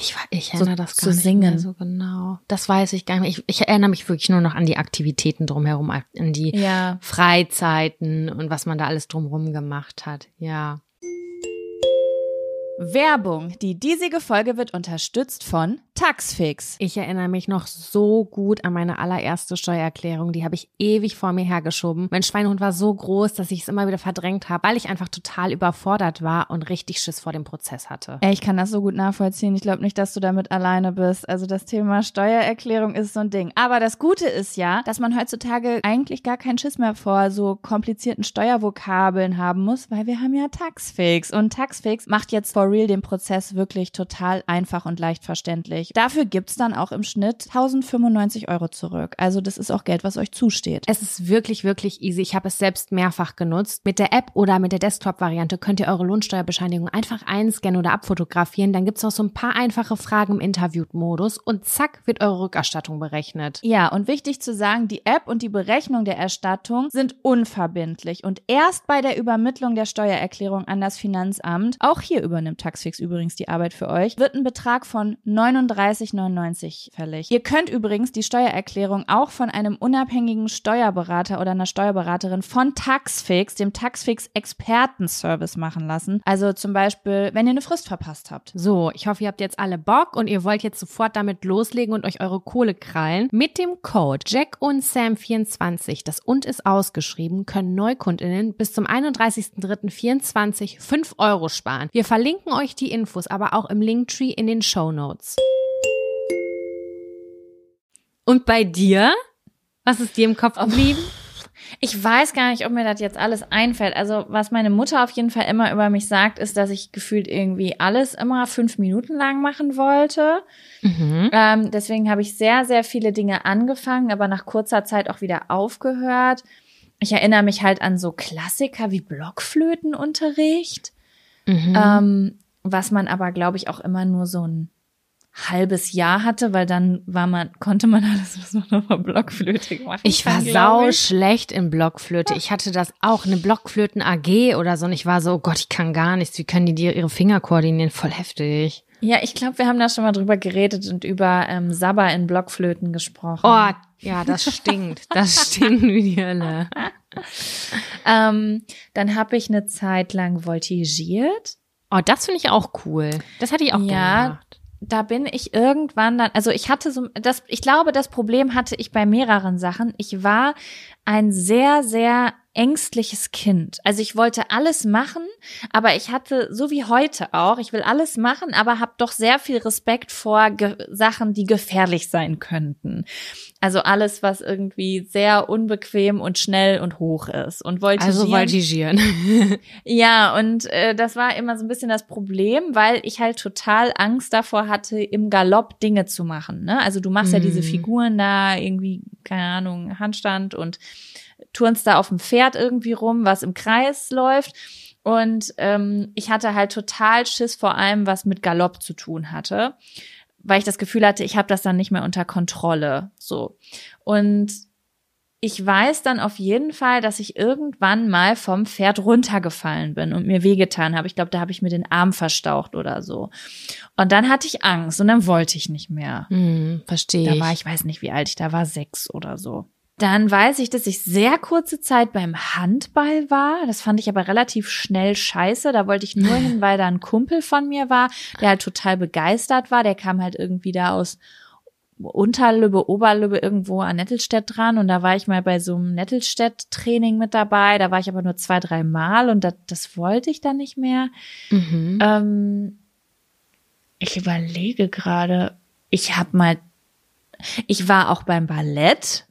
Ich, ich erinnere so, das gar zu nicht singen. mehr so genau. Das weiß ich gar nicht mehr. Ich, ich erinnere mich wirklich nur noch an die Aktivitäten drumherum, an die Ja. Freizeiten und was man da alles drumherum gemacht hat. Ja. Werbung. Die diesige Folge wird unterstützt von Taxfix. Ich erinnere mich noch so gut an meine allererste Steuererklärung. Die habe ich ewig vor mir hergeschoben. Mein Schweinehund war so groß, dass ich es immer wieder verdrängt habe, weil ich einfach total überfordert war und richtig Schiss vor dem Prozess hatte. Ey, ich kann das so gut nachvollziehen. Ich glaube nicht, dass du damit alleine bist. Also das Thema Steuererklärung ist so ein Ding. Aber das Gute ist ja, dass man heutzutage eigentlich gar keinen Schiss mehr vor so komplizierten Steuervokabeln haben muss, weil wir haben ja Taxfix. Und Taxfix macht jetzt for real den Prozess wirklich total einfach und leicht verständlich. Dafür gibt's dann auch im Schnitt tausendfünfundneunzig Euro zurück. Also das ist auch Geld, was euch zusteht. Es ist wirklich, wirklich easy. Ich habe es selbst mehrfach genutzt. Mit der App oder mit der Desktop-Variante könnt ihr eure Lohnsteuerbescheinigung einfach einscannen oder abfotografieren. Dann gibt's noch so ein paar einfache Fragen im Interview-Modus und zack, wird eure Rückerstattung berechnet. Ja, und wichtig zu sagen, die App und die Berechnung der Erstattung sind unverbindlich. Und erst bei der Übermittlung der Steuererklärung an das Finanzamt, auch hier übernimmt Taxfix übrigens die Arbeit für euch, wird ein Betrag von neununddreißig neunundneunzig fällig. Ihr könnt übrigens die Steuererklärung auch von einem unabhängigen Steuerberater oder einer Steuerberaterin von Taxfix, dem Taxfix Expertenservice machen lassen. Also zum Beispiel, wenn ihr eine Frist verpasst habt. So, ich hoffe, ihr habt jetzt alle Bock und ihr wollt jetzt sofort damit loslegen und euch eure Kohle krallen. Mit dem Code Jack und Sam vierundzwanzig, das und ist ausgeschrieben, können NeukundInnen bis zum einunddreißigsten dritten vierundzwanzig fünf Euro sparen. Wir verlinken euch die Infos aber auch im Linktree in den Shownotes. Und bei dir? Was ist dir im Kopf geblieben? Ich weiß gar nicht, ob mir das jetzt alles einfällt. Also was meine Mutter auf jeden Fall immer über mich sagt, ist, dass ich gefühlt irgendwie alles immer fünf Minuten lang machen wollte. Mhm. Ähm, deswegen habe ich sehr, sehr viele Dinge angefangen, aber nach kurzer Zeit auch wieder aufgehört. Ich erinnere mich halt an so Klassiker wie Blockflötenunterricht, mhm. ähm, was man aber, glaube ich, auch immer nur so ein halbes Jahr hatte, weil dann war man, konnte man alles, was man auf der Blockflöte machen Ich war kann, sau ich. schlecht in Blockflöte. Ich hatte das auch, eine Blockflöten-A G oder so und ich war so, oh Gott, ich kann gar nichts. Wie können die dir ihre Finger koordinieren? Voll heftig. Ja, ich glaube, wir haben da schon mal drüber geredet und über ähm, Sabber in Blockflöten gesprochen. Oh, ja, das stinkt. Das stinkt wie die Hölle. ähm, dann habe ich eine Zeit lang voltigiert. Oh, das finde ich auch cool. Das hatte ich auch ja, gemacht. Da bin ich irgendwann dann, also ich hatte so, das, ich glaube, das Problem hatte ich bei mehreren Sachen. Ich war ein sehr, sehr ängstliches Kind. Also ich wollte alles machen, aber ich hatte, so wie heute auch, ich will alles machen, aber habe doch sehr viel Respekt vor Ge- Sachen, die gefährlich sein könnten. Also alles, was irgendwie sehr unbequem und schnell und hoch ist. Und voltigieren. Also voltigieren. Ja, und äh, das war immer so ein bisschen das Problem, weil ich halt total Angst davor hatte, im Galopp Dinge zu machen. Ne? Also du machst mm. ja diese Figuren da, irgendwie, keine Ahnung, Handstand und turnst da auf dem Pferd irgendwie rum, was im Kreis läuft. Und ähm, ich hatte halt total Schiss vor allem, was mit Galopp zu tun hatte, weil ich das Gefühl hatte, ich habe das dann nicht mehr unter Kontrolle. So. Und ich weiß dann auf jeden Fall, dass ich irgendwann mal vom Pferd runtergefallen bin und mir wehgetan habe. Ich glaube, da habe ich mir den Arm verstaucht oder so. Und dann hatte ich Angst und dann wollte ich nicht mehr. Hm, verstehe ich. Da war ich, weiß nicht, wie alt ich da war, sechs oder so. Dann weiß ich, dass ich sehr kurze Zeit beim Handball war. Das fand ich aber relativ schnell scheiße. Da wollte ich nur hin, weil da ein Kumpel von mir war, der halt total begeistert war. Der kam halt irgendwie da aus Unterlübbe, Oberlübbe irgendwo an Nettelstedt dran. Und da war ich mal bei so einem Nettelstedt-Training mit dabei. Da war ich aber nur zwei, drei Mal und das, das wollte ich dann nicht mehr. Mhm. Ähm, ich überlege gerade, ich habe mal, ich war auch beim Ballett.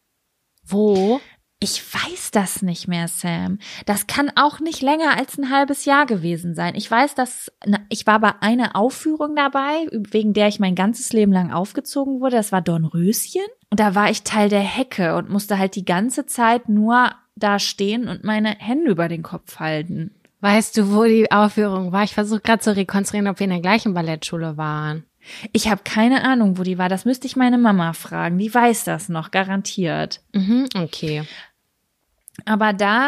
Wo? Ich weiß das nicht mehr, Sam. Das kann auch nicht länger als ein halbes Jahr gewesen sein. Ich weiß, dass ich war bei einer Aufführung dabei, wegen der ich mein ganzes Leben lang aufgezogen wurde. Das war Dornröschen. Und da war ich Teil der Hecke und musste halt die ganze Zeit nur da stehen und meine Hände über den Kopf halten. Weißt du, wo die Aufführung war? Ich versuche gerade zu rekonstruieren, ob wir in der gleichen Ballettschule waren. Ich habe keine Ahnung, wo die war. Das müsste ich meine Mama fragen. Die weiß das noch, garantiert. Mhm, okay. Aber da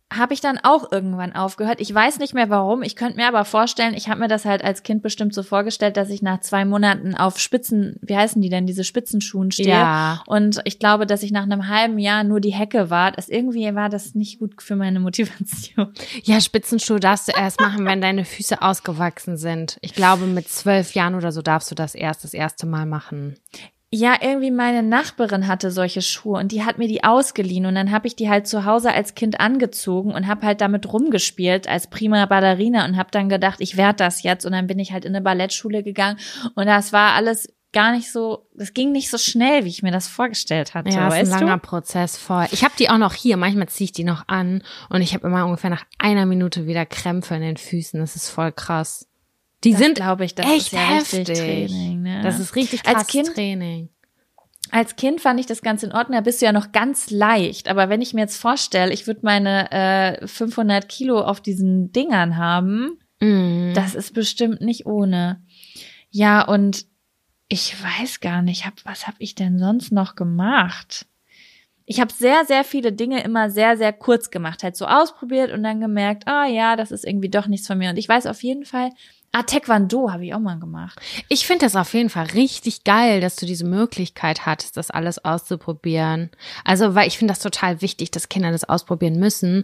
habe ich dann auch irgendwann aufgehört. Ich weiß nicht mehr warum. Ich könnte mir aber vorstellen, ich habe mir das halt als Kind bestimmt so vorgestellt, dass ich nach zwei Monaten auf Spitzen, wie heißen die denn, diese Spitzenschuhen stehe. Ja. Und ich glaube, dass ich nach einem halben Jahr nur die Hecke war. Das, irgendwie war das nicht gut für meine Motivation. Ja, Spitzenschuhe darfst du erst machen, wenn deine Füße ausgewachsen sind. Ich glaube, mit zwölf Jahren oder so darfst du das erst das erste Mal machen. Ja, irgendwie meine Nachbarin hatte solche Schuhe und die hat mir die ausgeliehen und dann habe ich die halt zu Hause als Kind angezogen und habe halt damit rumgespielt als prima Ballerina und habe dann gedacht, ich werde das jetzt und dann bin ich halt in eine Ballettschule gegangen und das war alles gar nicht so, das ging nicht so schnell, wie ich mir das vorgestellt hatte, Ja, das weißt ist ein langer du? Prozess voll. Ich habe die auch noch hier, manchmal ziehe ich die noch an und ich habe immer ungefähr nach einer Minute wieder Krämpfe in den Füßen, das ist voll krass. Die Das sind glaube ich, das echt ist ja heftig. richtig Training, ne? Das ist richtig krasses Als Kind, Training. als Kind fand ich das ganz in Ordnung, da bist du ja noch ganz leicht, aber wenn ich mir jetzt vorstelle, ich würde meine äh, fünfhundert Kilo auf diesen Dingern haben, Mhm. das ist bestimmt nicht ohne. Ja, und ich weiß gar nicht, hab, was habe ich denn sonst noch gemacht? Ich habe sehr, sehr viele Dinge immer sehr, sehr kurz gemacht, halt so ausprobiert und dann gemerkt, ah ja, das ist irgendwie doch nichts von mir. Und ich weiß auf jeden Fall, ah, Taekwondo habe ich auch mal gemacht. Ich finde das auf jeden Fall richtig geil, dass du diese Möglichkeit hattest, das alles auszuprobieren. Also, weil ich finde das total wichtig, dass Kinder das ausprobieren müssen,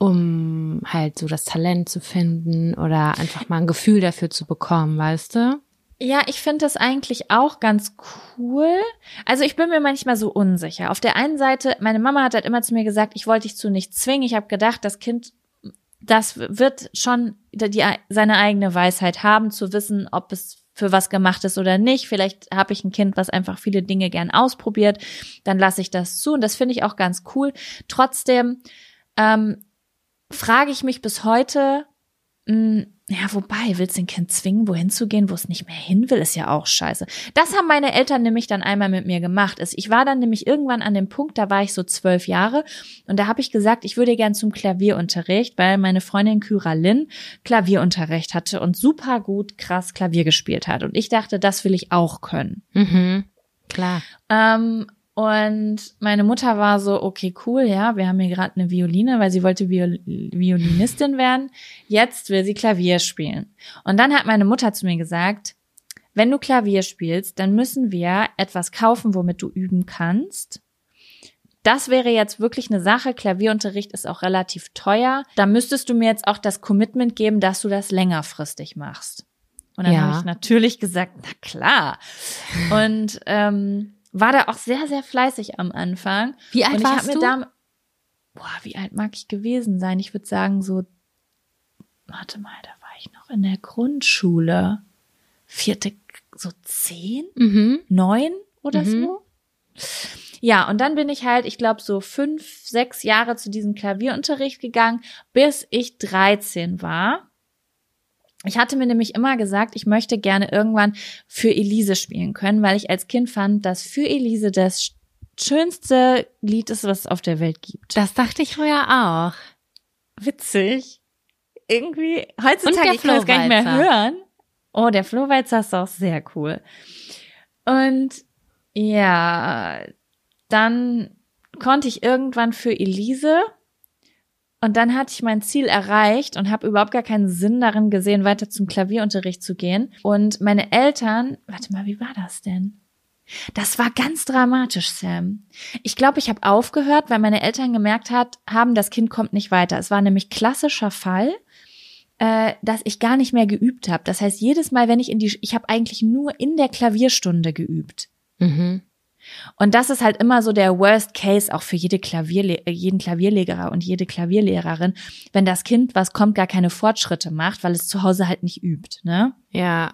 um halt so das Talent zu finden oder einfach mal ein Gefühl dafür zu bekommen, weißt du? Ja, ich finde das eigentlich auch ganz cool. Also ich bin mir manchmal so unsicher. Auf der einen Seite, meine Mama hat halt immer zu mir gesagt, ich wollte dich zu nichts zwingen. Ich habe gedacht, das Kind, das wird schon die, seine eigene Weisheit haben, zu wissen, ob es für was gemacht ist oder nicht. Vielleicht habe ich ein Kind, was einfach viele Dinge gern ausprobiert. Dann lasse ich das zu und das finde ich auch ganz cool. Trotzdem ähm, frage ich mich bis heute, mh, ja, wobei, willst du ein Kind zwingen, wohin zu gehen, wo es nicht mehr hin will, ist ja auch scheiße. Das haben meine Eltern nämlich dann einmal mit mir gemacht. Ich war dann nämlich irgendwann an dem Punkt, da war ich so zwölf Jahre und da habe ich gesagt, ich würde gern zum Klavierunterricht, weil meine Freundin Kyra Lynn Klavierunterricht hatte und super gut krass Klavier gespielt hat. Und ich dachte, das will ich auch können. Mhm, klar. Ähm, Und meine Mutter war so, okay, cool, ja, wir haben hier gerade eine Violine, weil sie wollte Viol- Violinistin werden. Jetzt will sie Klavier spielen. Und dann hat meine Mutter zu mir gesagt, wenn du Klavier spielst, dann müssen wir etwas kaufen, womit du üben kannst. Das wäre jetzt wirklich eine Sache. Klavierunterricht ist auch relativ teuer. Da müsstest du mir jetzt auch das Commitment geben, dass du das längerfristig machst. Und dann Ja. habe ich natürlich gesagt, na klar. Und ähm, war da auch sehr, sehr fleißig am Anfang. Wie alt und ich warst hab mir du? Da, boah, wie alt mag ich gewesen sein? Ich würde sagen so, warte mal, da war ich noch in der Grundschule. Vierte, so zehn, Mhm. neun oder Mhm. so. Ja, und dann bin ich halt, ich glaube, so fünf, sechs Jahre zu diesem Klavierunterricht gegangen, bis ich dreizehn war. Ich hatte mir nämlich immer gesagt, ich möchte gerne irgendwann für Elise spielen können, weil ich als Kind fand, dass für Elise das schönste Lied ist, was es auf der Welt gibt. Das dachte ich früher auch. Witzig. Irgendwie, heutzutage, der ich kann das gar nicht mehr Flohwalzer. hören. Oh, der Flohwalzer ist auch sehr cool. Und ja, dann konnte ich irgendwann für Elise und dann hatte ich mein Ziel erreicht und habe überhaupt gar keinen Sinn darin gesehen, weiter zum Klavierunterricht zu gehen. Und meine Eltern, warte mal, wie war das denn? Das war ganz dramatisch, Sam. Ich glaube, ich habe aufgehört, weil meine Eltern gemerkt hat, haben, das Kind kommt nicht weiter. Es war nämlich klassischer Fall, äh, dass ich gar nicht mehr geübt habe. Das heißt, jedes Mal, wenn ich in die, ich habe eigentlich nur in der Klavierstunde geübt. Mhm. Und das ist halt immer so der Worst Case auch für jede Klavierle- jeden Klavierlehrer und jede Klavierlehrerin, wenn das Kind, was kommt, gar keine Fortschritte macht, weil es zu Hause halt nicht übt, ne? Ja.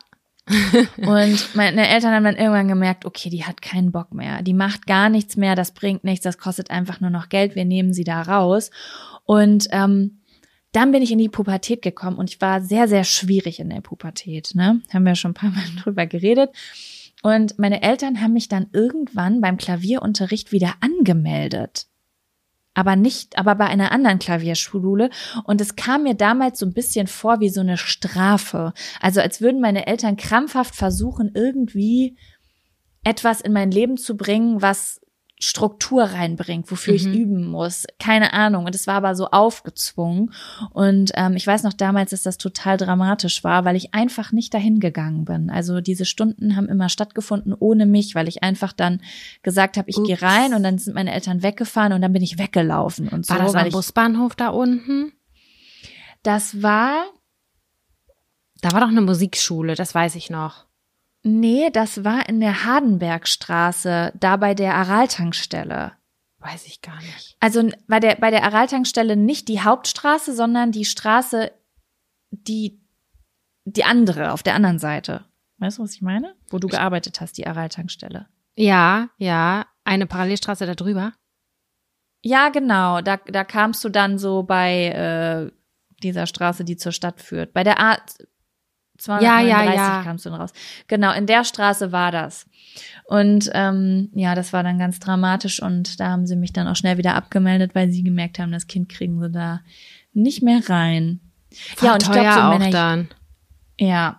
Und meine Eltern haben dann irgendwann gemerkt, okay, die hat keinen Bock mehr, die macht gar nichts mehr, das bringt nichts, das kostet einfach nur noch Geld, wir nehmen sie da raus. Und ähm, dann bin ich in die Pubertät gekommen und ich war sehr, sehr schwierig in der Pubertät, ne? Haben wir schon ein paar Mal drüber geredet. Und meine Eltern haben mich dann irgendwann beim Klavierunterricht wieder angemeldet. Aber nicht, aber bei einer anderen Klavierschule. Und es kam mir damals so ein bisschen vor wie so eine Strafe. Also als würden meine Eltern krampfhaft versuchen, irgendwie etwas in mein Leben zu bringen, was Struktur reinbringt, wofür mhm. ich üben muss. Keine Ahnung. Und es war aber so aufgezwungen. Und ähm, ich weiß noch damals, dass das total dramatisch war, weil ich einfach nicht dahin gegangen bin. Also diese Stunden haben immer stattgefunden ohne mich, weil ich einfach dann gesagt habe, ich gehe rein und dann sind meine Eltern weggefahren und dann bin ich weggelaufen und so. War das weil am ich, Busbahnhof da unten? Das war... Da war doch eine Musikschule, das weiß ich noch. Nee, das war in der Hardenbergstraße, da bei der Aral-Tankstelle. Weiß ich gar nicht. Also bei der, bei der Aral-Tankstelle nicht die Hauptstraße, sondern die Straße, die, die andere, auf der anderen Seite. Weißt du, was ich meine? Wo du gearbeitet hast, die Aral-Tankstelle. Ja, ja, eine Parallelstraße da drüber. Ja, genau, da, da kamst du dann so bei äh, dieser Straße, die zur Stadt führt. Bei der A zweihundertneununddreißig ja, ja, ja. kamst du dann raus. Genau, in der Straße war das. Und ähm, ja, das war dann ganz dramatisch und da haben sie mich dann auch schnell wieder abgemeldet, weil sie gemerkt haben, das Kind kriegen sie da nicht mehr rein. War ja, und ich teuer glaube so in auch meiner dann. Ja.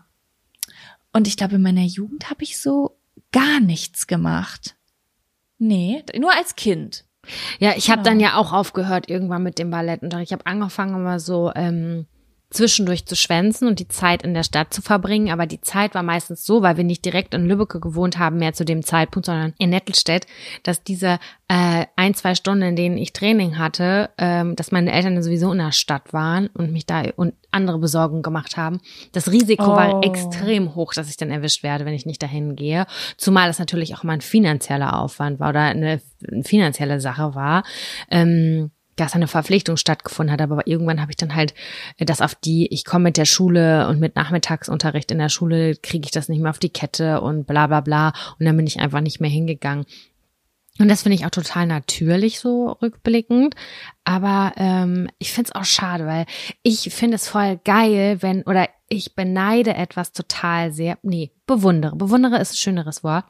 Und ich glaube, in meiner Jugend habe ich so gar nichts gemacht. Nee, nur als Kind. Ja, ich habe Genau. dann ja auch aufgehört irgendwann mit dem Ballettunterricht. Ich habe angefangen immer so ähm, zwischendurch zu schwänzen und die Zeit in der Stadt zu verbringen. Aber die Zeit war meistens so, weil wir nicht direkt in Lübbecke gewohnt haben, mehr zu dem Zeitpunkt, sondern in Nettelstedt, dass diese äh, ein, zwei Stunden, in denen ich Training hatte, ähm, dass meine Eltern sowieso in der Stadt waren und mich da und andere Besorgungen gemacht haben. Das Risiko Oh. war extrem hoch, dass ich dann erwischt werde, wenn ich nicht dahin gehe. Zumal das natürlich auch mal ein finanzieller Aufwand war oder eine, eine finanzielle Sache war. Ähm, dass eine Verpflichtung stattgefunden hat, aber irgendwann habe ich dann halt das auf die, ich komme mit der Schule und mit Nachmittagsunterricht in der Schule kriege ich das nicht mehr auf die Kette und bla bla bla und dann bin ich einfach nicht mehr hingegangen. Und das finde ich auch total natürlich so rückblickend, aber ähm, ich finde es auch schade, weil ich finde es voll geil, wenn, oder ich beneide etwas total sehr, nee, bewundere, bewundere ist ein schöneres Wort,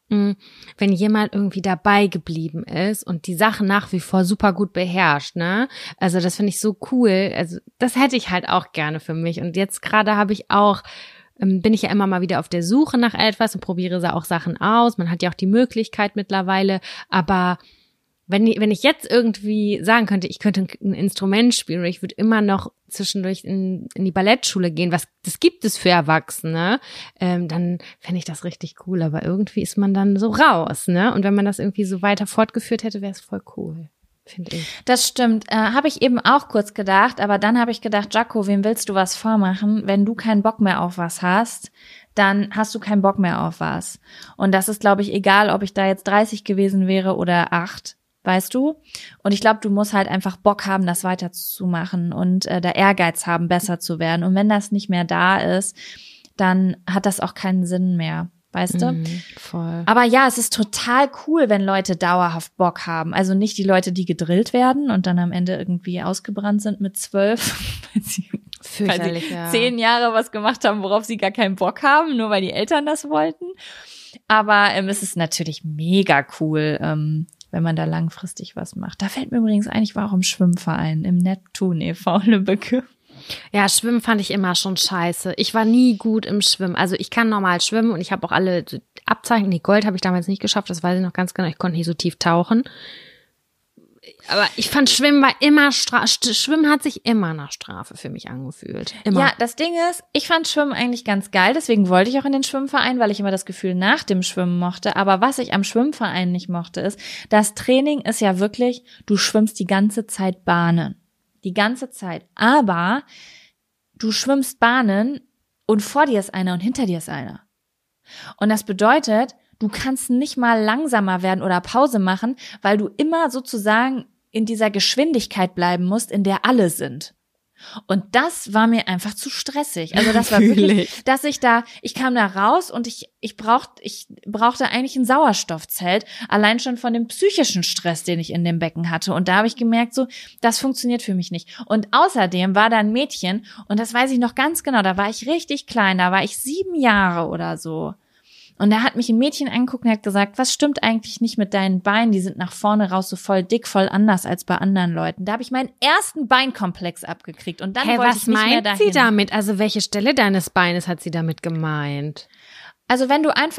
wenn jemand irgendwie dabei geblieben ist und die Sachen nach wie vor super gut beherrscht, ne? Also das finde ich so cool. Also das hätte ich halt auch gerne für mich. Und jetzt gerade habe ich auch, ähm, bin ich ja immer mal wieder auf der Suche nach etwas und probiere auch Sachen aus. Man hat ja auch die Möglichkeit mittlerweile, aber wenn ich, wenn ich jetzt irgendwie sagen könnte, ich könnte ein Instrument spielen oder ich würde immer noch zwischendurch in, in die Ballettschule gehen, was das gibt es für Erwachsene, ähm, dann fände ich das richtig cool. Aber irgendwie ist man dann so raus, ne? Und wenn man das irgendwie so weiter fortgeführt hätte, wäre es voll cool, finde ich. Das stimmt. Äh, habe ich eben auch kurz gedacht, aber dann habe ich gedacht, Jaco, wem willst du was vormachen? Wenn du keinen Bock mehr auf was hast, dann hast du keinen Bock mehr auf was. Und das ist, glaube ich, egal, ob ich da jetzt dreißig gewesen wäre oder acht. Weißt du? Und ich glaube, du musst halt einfach Bock haben, das weiterzumachen und äh, der Ehrgeiz haben, besser zu werden. Und wenn das nicht mehr da ist, dann hat das auch keinen Sinn mehr. Weißt du? Mhm, voll. Aber ja, es ist total cool, wenn Leute dauerhaft Bock haben. Also nicht die Leute, die gedrillt werden und dann am Ende irgendwie ausgebrannt sind mit zwölf, weil sie, weil sie ja. zehn Jahre was gemacht haben, worauf sie gar keinen Bock haben, nur weil die Eltern das wollten. Aber ähm, es ist natürlich mega cool, ähm, wenn man da langfristig was macht. Da fällt mir übrigens ein, ich war auch im Schwimmverein, im Neptun e V Lübbecke. Ja, Schwimmen fand ich immer schon scheiße. Ich war nie gut im Schwimmen. Also ich kann normal schwimmen und ich habe auch alle Abzeichen. Nee, Gold habe ich damals nicht geschafft, das weiß ich noch ganz genau. Ich konnte nicht so tief tauchen. Aber ich fand, Schwimmen war immer Strafe. Schwimmen hat sich immer nach Strafe für mich angefühlt. Immer. Ja, das Ding ist, ich fand Schwimmen eigentlich ganz geil. Deswegen wollte ich auch in den Schwimmverein, weil ich immer das Gefühl nach dem Schwimmen mochte. Aber was ich am Schwimmverein nicht mochte, ist, das Training ist ja wirklich, du schwimmst die ganze Zeit Bahnen. Die ganze Zeit. Aber du schwimmst Bahnen und vor dir ist einer und hinter dir ist einer. Und das bedeutet, du kannst nicht mal langsamer werden oder Pause machen, weil du immer sozusagen in dieser Geschwindigkeit bleiben musst, in der alle sind. Und das war mir einfach zu stressig. Also das war wirklich, dass ich da, ich kam da raus und ich ich brauchte ich brauchte eigentlich ein Sauerstoffzelt, allein schon von dem psychischen Stress, den ich in dem Becken hatte. Und da habe ich gemerkt, so, das funktioniert für mich nicht. Und außerdem war da ein Mädchen, und das weiß ich noch ganz genau, da war ich richtig klein, da war ich sieben Jahre oder so. Und da hat mich ein Mädchen angeguckt und hat gesagt, was stimmt eigentlich nicht mit deinen Beinen? Die sind nach vorne raus so voll dick, voll anders als bei anderen Leuten. Da habe ich meinen ersten Beinkomplex abgekriegt und dann hey, wollte ich nicht mehr dahin. Was meint sie damit? Also welche Stelle deines Beines hat sie damit gemeint? Also wenn du einfach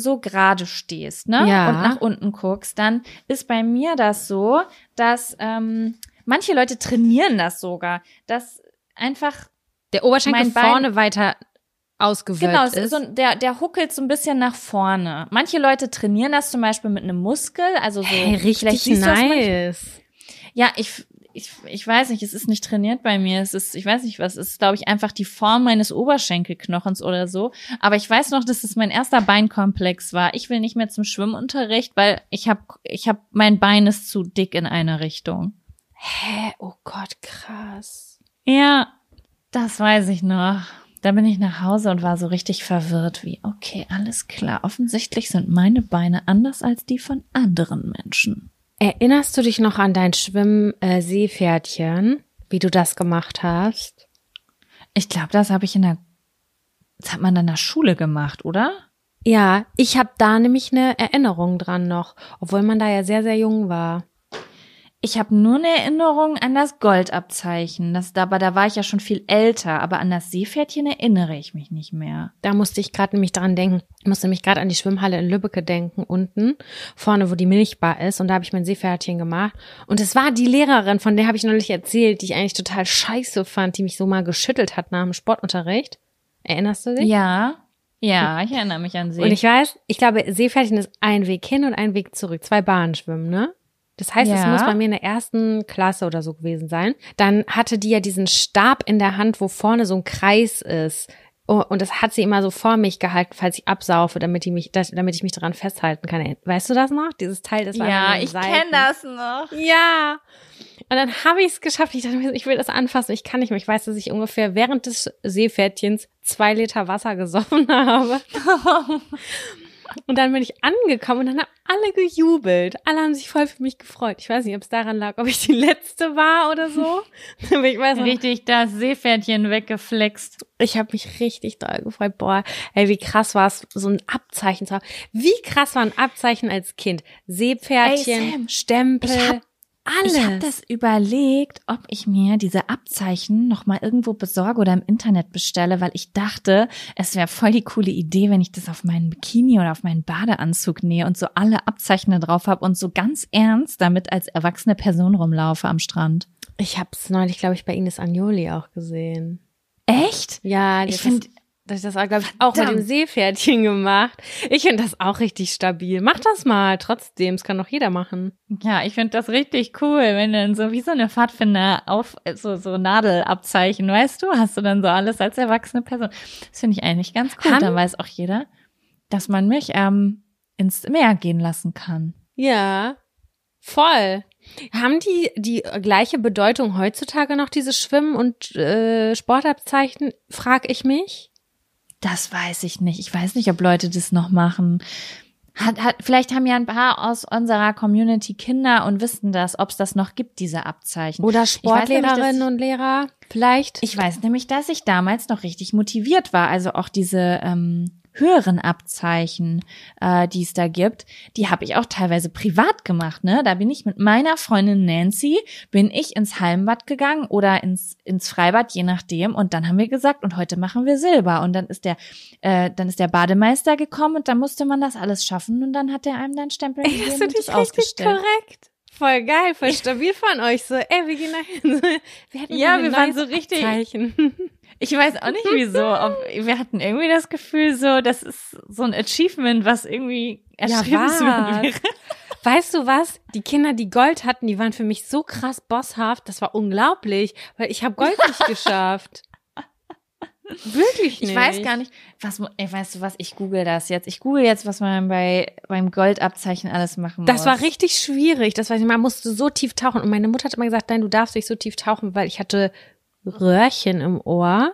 so gerade stehst, ne? Ja. Und nach unten guckst, dann ist bei mir das so, dass ähm, manche Leute trainieren das sogar, dass einfach Der Oberschenkel mein Bein- vorne weiter ausgewölbt genau, es ist. ist so, der der huckelt so ein bisschen nach vorne. Manche Leute trainieren das zum Beispiel mit einem Muskel, also so hey, vielleicht richtig siehst du das manchmal. nice. Ja, ich, ich, ich weiß nicht, es ist nicht trainiert bei mir. Es ist, ich weiß nicht was, es ist, glaube ich, einfach die Form meines Oberschenkelknochens oder so. Aber ich weiß noch, dass es mein erster Beinkomplex war. Ich will nicht mehr zum Schwimmunterricht, weil ich habe, ich habe, mein Bein ist zu dick in eine Richtung. Hä? Oh Gott, krass. Ja, das weiß ich noch. Da bin ich nach Hause und war so richtig verwirrt, wie, okay, alles klar. Offensichtlich sind meine Beine anders als die von anderen Menschen. Erinnerst du dich noch an dein Schwimm-Seepferdchen, wie du das gemacht hast? Ich glaube, das habe ich in der, das hat man in der Schule gemacht, oder? Ja, ich habe da nämlich eine Erinnerung dran noch, obwohl man da ja sehr, sehr jung war. Ich habe nur eine Erinnerung an das Goldabzeichen. Das, aber da war ich ja schon viel älter. Aber an das Seepferdchen erinnere ich mich nicht mehr. Da musste ich gerade nämlich dran denken. Ich musste nämlich gerade an die Schwimmhalle in Lübbecke denken, unten, vorne, wo die Milchbar ist. Und da habe ich mein Seepferdchen gemacht. Und es war die Lehrerin, von der habe ich neulich erzählt, die ich eigentlich total scheiße fand, die mich so mal geschüttelt hat nach dem Sportunterricht. Erinnerst du dich? Ja, ja, ich erinnere mich an sie. Und ich weiß, ich glaube, Seepferdchen ist ein Weg hin und ein Weg zurück. Zwei Bahnen schwimmen, ne? Das heißt, Ja. es muss bei mir in der ersten Klasse oder so gewesen sein. Dann hatte die ja diesen Stab in der Hand, wo vorne so ein Kreis ist. Oh, und das hat sie immer so vor mich gehalten, falls ich absaufe, damit ich mich, das, damit ich mich daran festhalten kann. Weißt du das noch? Dieses Teil, das war ja, an den ich Seiten. kenne das noch. Ja. Und dann habe ich es geschafft. Ich dachte mir, so, ich will das anfassen. Ich kann nicht mehr. Ich weiß, dass ich ungefähr während des Seepferdchens zwei Liter Wasser gesoffen habe. Und dann bin ich angekommen und dann haben alle gejubelt. Alle haben sich voll für mich gefreut. Ich weiß nicht, ob es daran lag, ob ich die Letzte war oder so. Aber ich weiß noch, Richtig das Seepferdchen weggeflext. ich habe mich richtig doll gefreut. Boah, ey, wie krass war es, so ein Abzeichen zu haben. Wie krass war ein Abzeichen als Kind? Seepferdchen, Ey, Sam, Stempel, ich hab- alles. Ich habe das überlegt, ob ich mir diese Abzeichen noch mal irgendwo besorge oder im Internet bestelle, weil ich dachte, es wäre voll die coole Idee, wenn ich das auf meinen Bikini oder auf meinen Badeanzug nähe und so alle Abzeichen da drauf habe und so ganz ernst damit als erwachsene Person rumlaufe am Strand. Ich habe es neulich, glaube ich, bei Ines Agnoli auch gesehen. Echt? Ja, die Ich hat das- finde, Das das war, glaube ich, auch mit dem Verdammt. Seepferdchen gemacht. Ich finde das auch richtig stabil. Mach das mal trotzdem. Das kann doch jeder machen. ja, ich finde das richtig cool, wenn dann so wie so eine Pfadfinder auf so so Nadelabzeichen, weißt du, hast du dann so alles als erwachsene Person. Das finde ich eigentlich ganz cool. Haben- Dann weiß auch jeder, dass man mich ähm, ins Meer gehen lassen kann. Ja, voll. Haben die die gleiche Bedeutung heutzutage noch, diese Schwimmen- und äh, Sportabzeichen, frag ich mich. Das weiß ich nicht. Ich weiß nicht, ob Leute das noch machen. Hat, hat, vielleicht haben ja ein paar aus unserer Community Kinder und wissen das, ob es das noch gibt, diese Abzeichen. Oder Ich weiß nämlich, dass Sportlehrerinnen ich- und Lehrer, vielleicht. Ich weiß nämlich, dass ich damals noch richtig motiviert war. Also auch diese ähm, höheren Abzeichen, äh, die es da gibt, die habe ich auch teilweise privat gemacht. Ne, da bin ich mit meiner Freundin Nancy, bin ich ins Hallenbad gegangen oder ins ins Freibad, je nachdem. Und dann haben wir gesagt, und heute machen wir Silber. Und dann ist der, äh, dann ist der Bademeister gekommen und dann musste man das alles schaffen und dann hat er einem dann Stempel Ey, gegeben hast du und dich das richtig ausgestellt. korrekt? Voll geil, voll stabil von euch. So, ey, wir gehen dahin. Wir hatten Ja, mal ein wir waren neues so richtig- Abzeichen. Ich weiß auch nicht wieso. Ob, wir hatten irgendwie das Gefühl, so, das ist so ein Achievement, was irgendwie erstrebenswert was? wäre. Weißt du was? Die Kinder, die Gold hatten, die waren für mich so krass bosshaft. Das war unglaublich, weil ich habe Gold nicht geschafft. Wirklich nicht. Ich weiß gar nicht, was, mu- ey, weißt du was, ich google das jetzt. Ich google jetzt, was man bei, beim Goldabzeichen alles machen Das muss. war richtig schwierig. Das weiß ich, man musste so tief tauchen. Und meine Mutter hat immer gesagt, nein, du darfst nicht so tief tauchen, weil ich hatte Röhrchen im Ohr.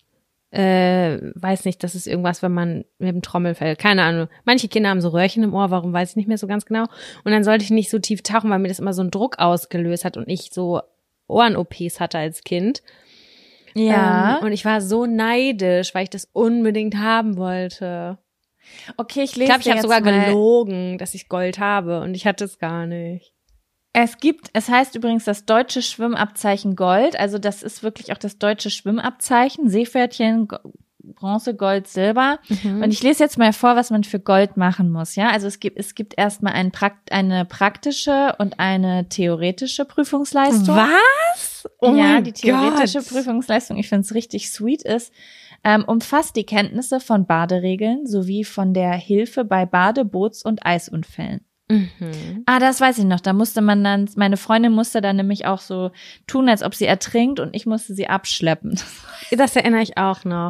Äh, weiß nicht, das ist irgendwas, wenn man mit dem Trommelfell, keine Ahnung. Manche Kinder haben so Röhrchen im Ohr, warum weiß ich nicht mehr so ganz genau. Und dann sollte ich nicht so tief tauchen, weil mir das immer so einen Druck ausgelöst hat und ich so Ohren-O Ps hatte als Kind. Ja. Ähm, und ich war so neidisch, weil ich das unbedingt haben wollte. Okay, ich Ich lese glaube, ich dir habe jetzt sogar mal. gelogen, dass ich Gold habe und ich hatte es gar nicht. Es gibt, es heißt übrigens das deutsche Schwimmabzeichen Gold. Also das ist wirklich auch das deutsche Schwimmabzeichen. Seepferdchen, Go- Bronze, Gold, Silber. Mhm. Und ich lese jetzt mal vor, was man für Gold machen muss, ja? Also es gibt, es gibt erstmal ein Prakt- eine praktische und eine theoretische Prüfungsleistung. Was? Oh ja, mein die theoretische Gott. Prüfungsleistung, ich finde es richtig sweet, ist, ähm, umfasst die Kenntnisse von Baderegeln sowie von der Hilfe bei Bade-, Boots- und Eisunfällen. Mhm. Ah, das weiß ich noch. Da musste man dann, meine Freundin musste dann nämlich auch so tun, als ob sie ertrinkt und ich musste sie abschleppen. Das erinnere ich auch noch.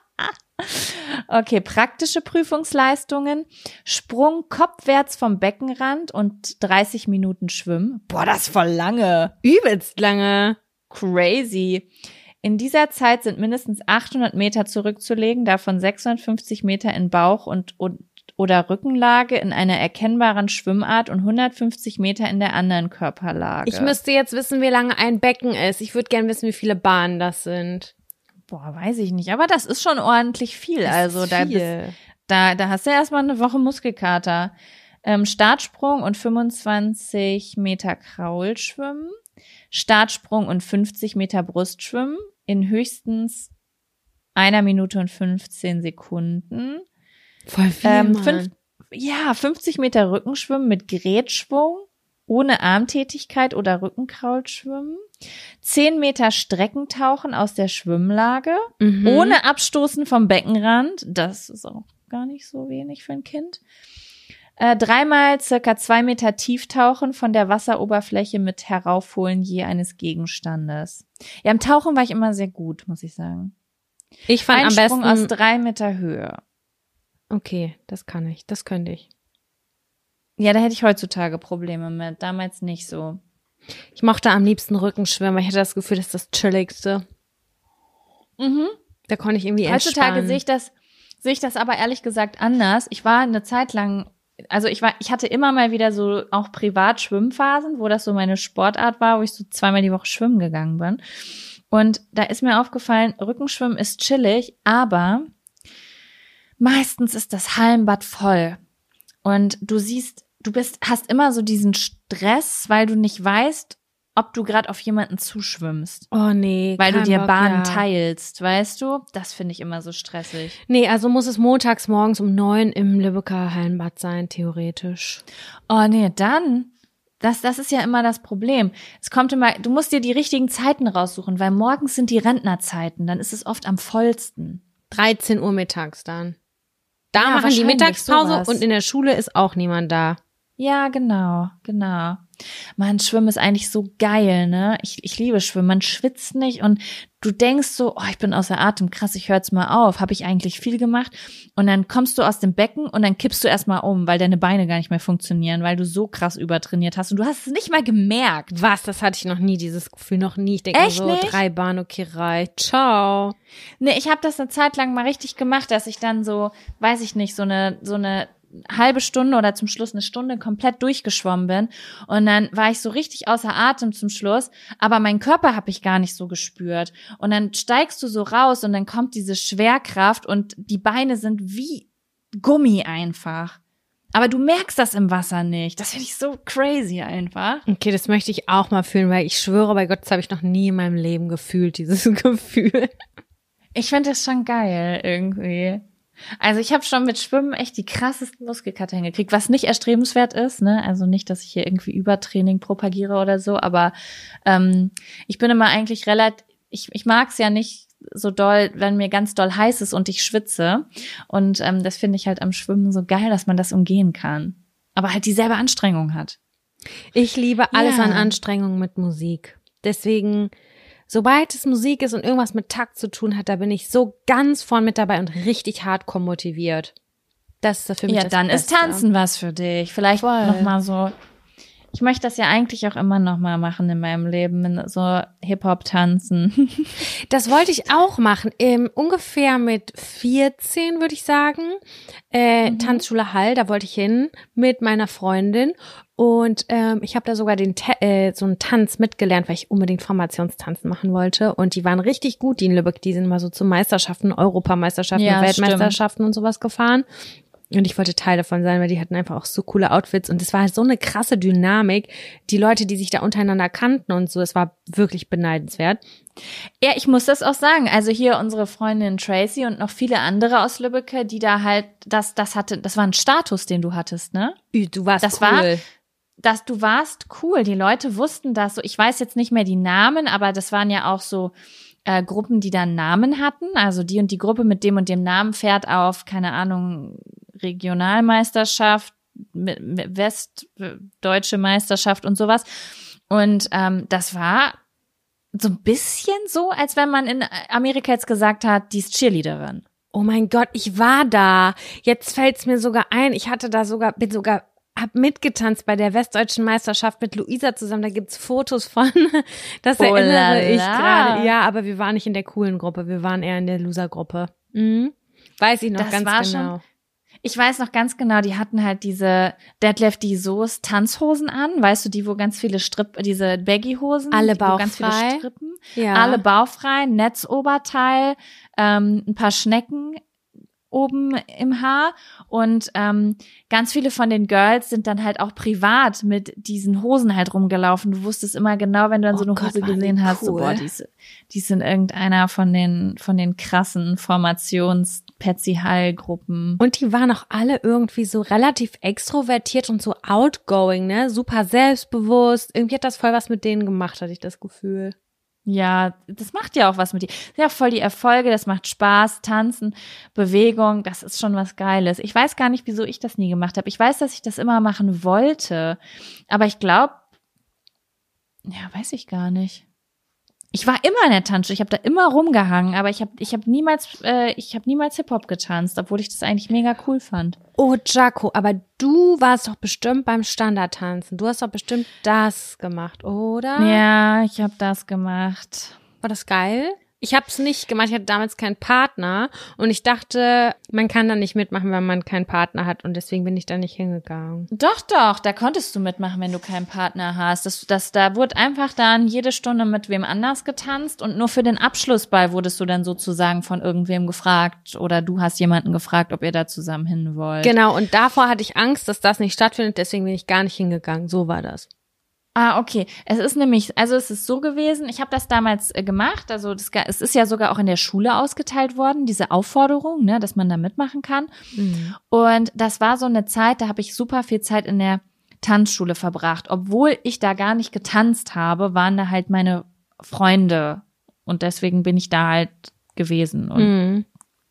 Okay, praktische Prüfungsleistungen. Sprung kopfwärts vom Beckenrand und dreißig Minuten schwimmen. Boah, das ist voll lange. Übelst lange. Crazy. In dieser Zeit sind mindestens achthundert Meter zurückzulegen, davon sechshundertfünfzig Meter in Bauch- und, und oder Rückenlage in einer erkennbaren Schwimmart und hundertfünfzig Meter in der anderen Körperlage. Ich müsste jetzt wissen, wie lange ein Becken ist. Ich würde gerne wissen, wie viele Bahnen das sind. Boah, weiß ich nicht, aber das ist schon ordentlich viel. Das also ist da, viel. bist, da da hast du erstmal eine Woche Muskelkater. Ähm, Startsprung und fünfundzwanzig Meter Kraulschwimmen, Startsprung und fünfzig Meter Brustschwimmen in höchstens einer Minute und fünfzehn Sekunden. Voll viel, Ähm, Mann. fünf, ja, fünfzig Meter Rückenschwimmen mit Gerätschwung, ohne Armtätigkeit oder Rückenkraulschwimmen. zehn Meter Streckentauchen aus der Schwimmlage, Mhm. ohne Abstoßen vom Beckenrand. Das ist auch gar nicht so wenig für ein Kind. Äh, dreimal circa zwei Meter Tieftauchen von der Wasseroberfläche mit Heraufholen je eines Gegenstandes. Ja, im Tauchen war ich immer sehr gut, muss ich sagen. Ich fand am Einsprung besten. aus drei Meter Höhe. Okay, das kann ich. Das könnte ich. Ja, da hätte ich heutzutage Probleme mit. Damals nicht so. Ich mochte am liebsten Rückenschwimmen, weil ich hatte das Gefühl, das ist das Chilligste. Mhm. Da konnte ich irgendwie Heutzutage entspannen. sehe ich das, sehe ich das aber ehrlich gesagt anders. Ich war eine Zeit lang, also ich war, ich hatte immer mal wieder so auch privat Schwimmphasen, wo das so meine Sportart war, wo ich so zweimal die Woche schwimmen gegangen bin. Und da ist mir aufgefallen, Rückenschwimmen ist chillig, aber meistens ist das Hallenbad voll. Und du siehst, du bist, hast immer so diesen Stress, weil du nicht weißt, ob du gerade auf jemanden zuschwimmst. Oh nee, Weil du kein dir Bock, Bahnen ja. teilst, weißt du? Das finde ich immer so stressig. Nee, also muss es montags morgens um neun im Lübecker Hallenbad sein, theoretisch. Oh nee, dann, das, das ist ja immer das Problem. Es kommt immer, du musst dir die richtigen Zeiten raussuchen, weil morgens sind die Rentnerzeiten, dann ist es oft am vollsten. dreizehn Uhr mittags dann. Da Ja, machen die wahrscheinlich Mittagspause sowas. und in der Schule ist auch niemand da. Ja, genau, genau. Mann, Schwimmen ist eigentlich so geil, ne? Ich, ich liebe Schwimmen. Man schwitzt nicht und du denkst so, oh, ich bin außer Atem, krass, ich höre jetzt mal auf. Habe ich eigentlich viel gemacht? Und dann kommst du aus dem Becken und dann kippst du erstmal um, weil deine Beine gar nicht mehr funktionieren, weil du so krass übertrainiert hast und du hast es nicht mal gemerkt. Was? Das hatte ich noch nie, dieses Gefühl noch nie. Ich denke Echt so, nicht? drei Bahnen, okay, reicht. Ciao. Nee, ich habe das eine Zeit lang mal richtig gemacht, dass ich dann so, weiß ich nicht, so eine so eine halbe Stunde oder zum Schluss eine Stunde komplett durchgeschwommen bin und dann war ich so richtig außer Atem zum Schluss, aber meinen Körper habe ich gar nicht so gespürt und dann steigst du so raus und dann kommt diese Schwerkraft und die Beine sind wie Gummi einfach. Aber du merkst das im Wasser nicht. Das finde ich so crazy einfach. Okay, das möchte ich auch mal fühlen, weil ich schwöre bei Gott, das habe ich noch nie in meinem Leben gefühlt, dieses Gefühl. Ich finde das schon geil irgendwie. Also ich habe schon mit Schwimmen echt die krassesten Muskelkater hingekriegt, was nicht erstrebenswert ist, ne? Also nicht, dass ich hier irgendwie Übertraining propagiere oder so, aber ähm, ich bin immer eigentlich relativ, ich, ich mag es ja nicht so doll, wenn mir ganz doll heiß ist und ich schwitze. Und ähm, das finde ich halt am Schwimmen so geil, dass man das umgehen kann. Aber halt dieselbe Anstrengung hat. Ich liebe alles Ja. an Anstrengung mit Musik. Deswegen, sobald es Musik ist und irgendwas mit Takt zu tun hat, da bin ich so ganz vorn mit dabei und richtig hardcore motiviert. Das ist für mich Ja, das dann ist Beste. Tanzen was für dich. Vielleicht Voll. noch mal so. Ich möchte das ja eigentlich auch immer noch mal machen in meinem Leben, so Hip-Hop tanzen. Das wollte ich auch machen. Ähm, ungefähr mit vierzehn, würde ich sagen. Äh, Mhm. Tanzschule Hall, da wollte ich hin mit meiner Freundin. Und ähm, ich habe da sogar den Ta- äh, so einen Tanz mitgelernt, weil ich unbedingt Formationstanzen machen wollte. Und die waren richtig gut, die in Lübeck. Die sind mal so zu Meisterschaften, Europameisterschaften, Ja, Weltmeisterschaften und sowas gefahren. Und ich wollte Teil davon sein, weil die hatten einfach auch so coole Outfits. Und es war halt so eine krasse Dynamik. Die Leute, die sich da untereinander kannten und so, es war wirklich beneidenswert. Ja, ich muss das auch sagen. Also hier unsere Freundin Tracy und noch viele andere aus Lübbecke, die da halt, das, das hatte, das war ein Status, den du hattest, ne? Du warst das cool. War, dass du warst cool. Die Leute wussten das so. Ich weiß jetzt nicht mehr die Namen, aber das waren ja auch so äh, Gruppen, die dann Namen hatten. Also die und die Gruppe mit dem und dem Namen fährt auf, keine Ahnung, Regionalmeisterschaft, Westdeutsche Meisterschaft und sowas. Und ähm, das war so ein bisschen so, als wenn man in Amerika jetzt gesagt hat, die ist Cheerleaderin. Oh mein Gott, ich war da. Jetzt fällt's mir sogar ein. Ich hatte da sogar, bin sogar, hab mitgetanzt bei der Westdeutschen Meisterschaft mit Luisa zusammen. Da gibt's Fotos von. Das Oh erinnere la ich la. gerade. Ja, aber wir waren nicht in der coolen Gruppe. Wir waren eher in der Loser-Gruppe. Mhm. Weiß ich noch Das ganz war genau. schon- Ich weiß noch ganz genau, die hatten halt diese Detlef die Soße Tanzhosen an, weißt du, die wo ganz viele Strip, diese Baggy-Hosen, Alle die, wo ganz viele bauchfrei. Strippen, Ja. alle bauchfrei, Netzoberteil, ähm, ein paar Schnecken oben im Haar und ähm, ganz viele von den Girls sind dann halt auch privat mit diesen Hosen halt rumgelaufen. Du wusstest immer genau, wenn du dann Oh so eine Gott, Hose waren die gesehen hast, so cool. boah, die ist, die ist in irgendeiner von den von den krassen Formations-Patsy-Hall-Gruppen. Und die waren auch alle irgendwie so relativ extrovertiert und so outgoing, ne? Super selbstbewusst. Irgendwie hat das voll was mit denen gemacht, hatte ich das Gefühl. Ja, das macht ja auch was mit dir. Ja, voll die Erfolge, das macht Spaß, Tanzen, Bewegung, das ist schon was Geiles. Ich weiß gar nicht, wieso ich das nie gemacht habe. Ich weiß, dass ich das immer machen wollte, aber ich glaube, ja, weiß ich gar nicht. Ich war immer in der Tanzschule, ich habe da immer rumgehangen, aber ich habe ich habe niemals äh, ich habe niemals Hip-Hop getanzt, obwohl ich das eigentlich mega cool fand. Oh, Jaco, aber du warst doch bestimmt beim Standardtanzen. Du hast doch bestimmt das gemacht, oder? Ja, ich habe das gemacht. War das geil? Ich habe es nicht gemacht, ich hatte damals keinen Partner und ich dachte, man kann da nicht mitmachen, wenn man keinen Partner hat und deswegen bin ich da nicht hingegangen. Doch, doch, da konntest du mitmachen, wenn du keinen Partner hast. Das, das, da wurde einfach dann jede Stunde mit wem anders getanzt und nur für den Abschlussball wurdest du dann sozusagen von irgendwem gefragt oder du hast jemanden gefragt, ob ihr da zusammen hin wollt. Genau, und davor hatte ich Angst, dass das nicht stattfindet, deswegen bin ich gar nicht hingegangen. So war das. Ah, okay. Es ist nämlich, also es ist so gewesen, ich habe das damals äh, gemacht, also das, es ist ja sogar auch in der Schule ausgeteilt worden, diese Aufforderung, ne, dass man da mitmachen kann. Mhm. Und das war so eine Zeit, da habe ich super viel Zeit in der Tanzschule verbracht. Obwohl ich da gar nicht getanzt habe, waren da halt meine Freunde. Und deswegen bin ich da halt gewesen und Mhm.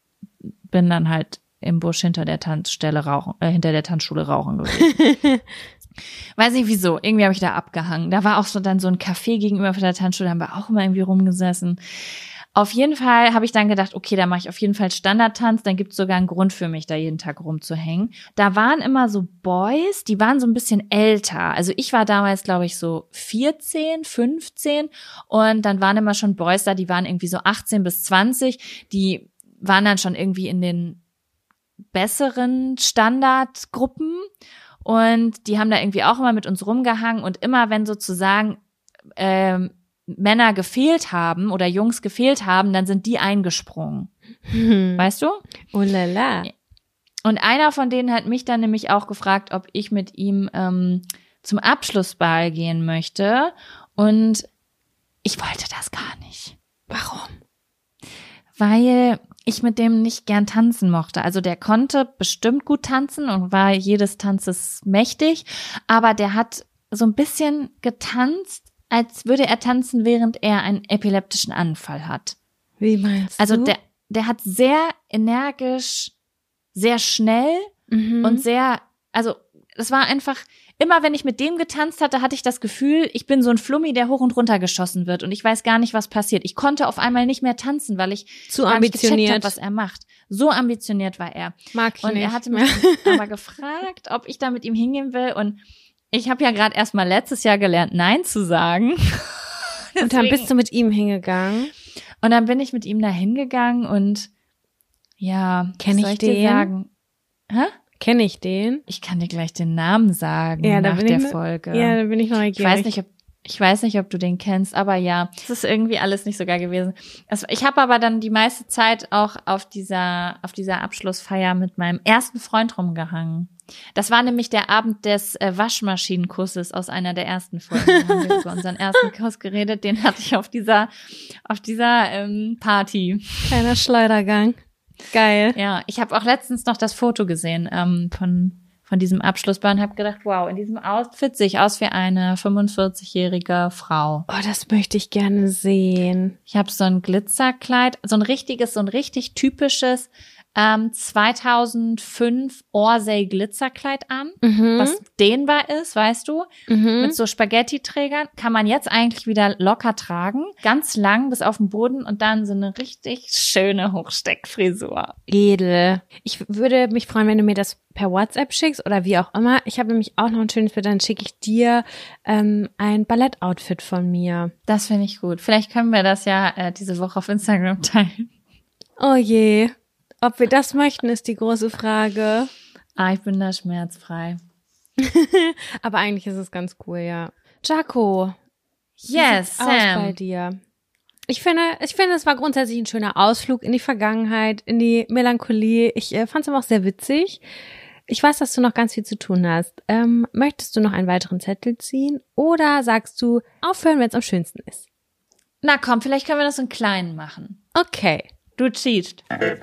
bin dann halt im Busch hinter der Tanzstelle rauchen, äh, hinter der Tanzschule rauchen gewesen. Weiß nicht wieso, irgendwie habe ich da abgehangen. Da war auch so dann so ein Café gegenüber von der Tanzschule, da haben wir auch immer irgendwie rumgesessen. Auf jeden Fall habe ich dann gedacht, okay, da mache ich auf jeden Fall Standardtanz, dann gibt es sogar einen Grund für mich, da jeden Tag rumzuhängen. Da waren immer so Boys, die waren so ein bisschen älter. Also ich war damals, glaube ich, so vierzehn, fünfzehn und dann waren immer schon Boys da, die waren irgendwie so achtzehn bis zwanzig, die waren dann schon irgendwie in den besseren Standardgruppen. Und die haben da irgendwie auch immer mit uns rumgehangen und immer wenn sozusagen ähm, Männer gefehlt haben oder Jungs gefehlt haben, dann sind die eingesprungen. Hm. Weißt du? Oh la la. Und einer von denen hat mich dann nämlich auch gefragt, ob ich mit ihm ähm, zum Abschlussball gehen möchte. Und ich wollte das gar nicht. Warum? Weil ich mit dem nicht gern tanzen mochte. Also der konnte bestimmt gut tanzen und war jedes Tanzes mächtig, aber der hat so ein bisschen getanzt, als würde er tanzen, während er einen epileptischen Anfall hat. Wie meinst Also du? der, der hat sehr energisch, sehr schnell Mhm. und sehr, also das war einfach, immer wenn ich mit dem getanzt hatte, hatte ich das Gefühl, ich bin so ein Flummi, der hoch und runter geschossen wird und ich weiß gar nicht, was passiert. Ich konnte auf einmal nicht mehr tanzen, weil ich Zu gar nicht gecheckt ambitioniert. habe, was er macht. So ambitioniert war er. Mag ich Und nicht. er hatte mich aber gefragt, ob ich da mit ihm hingehen will und ich habe ja gerade erst mal letztes Jahr gelernt, Nein zu sagen. Und dann Deswegen- bist du mit ihm hingegangen. Und dann bin ich mit ihm da hingegangen und ja, Kenn was ich soll ich dir den? sagen? Hä? Kenne ich den? Ich kann dir gleich den Namen sagen Ja, da nach bin der ich ne- Folge. Ja, da bin ich neugierig. ich weiß nicht, ob Ich weiß nicht, ob du den kennst, aber ja, es ist irgendwie alles nicht so geil gewesen. Also ich habe aber dann die meiste Zeit auch auf dieser auf dieser Abschlussfeier mit meinem ersten Freund rumgehangen. Das war nämlich der Abend des äh, Waschmaschinenkusses aus einer der ersten Folgen. Da haben wir über unseren ersten Kuss geredet. Den hatte ich auf dieser auf dieser ähm, Party. Kleiner Schleudergang. Geil. Ja, ich habe auch letztens noch das Foto gesehen ähm, von von diesem Abschlussball und habe gedacht, wow, in diesem Outfit sehe ich aus wie eine fünfundvierzigjährige Frau. Oh, das möchte ich gerne sehen. Ich habe so ein Glitzerkleid, so ein richtiges, so ein richtig typisches ähm, zweitausendfünf Orsay Glitzerkleid an, Mhm. was dehnbar ist, weißt du, Mhm. mit so Spaghetti-Trägern. Kann man jetzt eigentlich wieder locker tragen, ganz lang bis auf den Boden und dann so eine richtig schöne Hochsteckfrisur. Edel. Ich würde mich freuen, wenn du mir das per WhatsApp schickst oder wie auch immer. Ich habe nämlich auch noch ein schönes Bild, dann schicke ich dir ähm, ein Ballettoutfit von mir. Das finde ich gut. Vielleicht können wir das ja äh, diese Woche auf Instagram teilen. Oh je. Ob wir das möchten, ist die große Frage. Ah, ich bin da schmerzfrei. Aber eigentlich ist es ganz cool, ja. Jaco, wie Yes, sieht's aus bei Sam. dir? Ich finde, ich finde, es war grundsätzlich ein schöner Ausflug in die Vergangenheit, in die Melancholie. Ich äh, fand es aber auch sehr witzig. Ich weiß, dass du noch ganz viel zu tun hast. Ähm, möchtest du noch einen weiteren Zettel ziehen? Oder sagst du, aufhören, wenn es am schönsten ist? Na komm, vielleicht können wir das so einen kleinen machen. Okay. Du cheatst.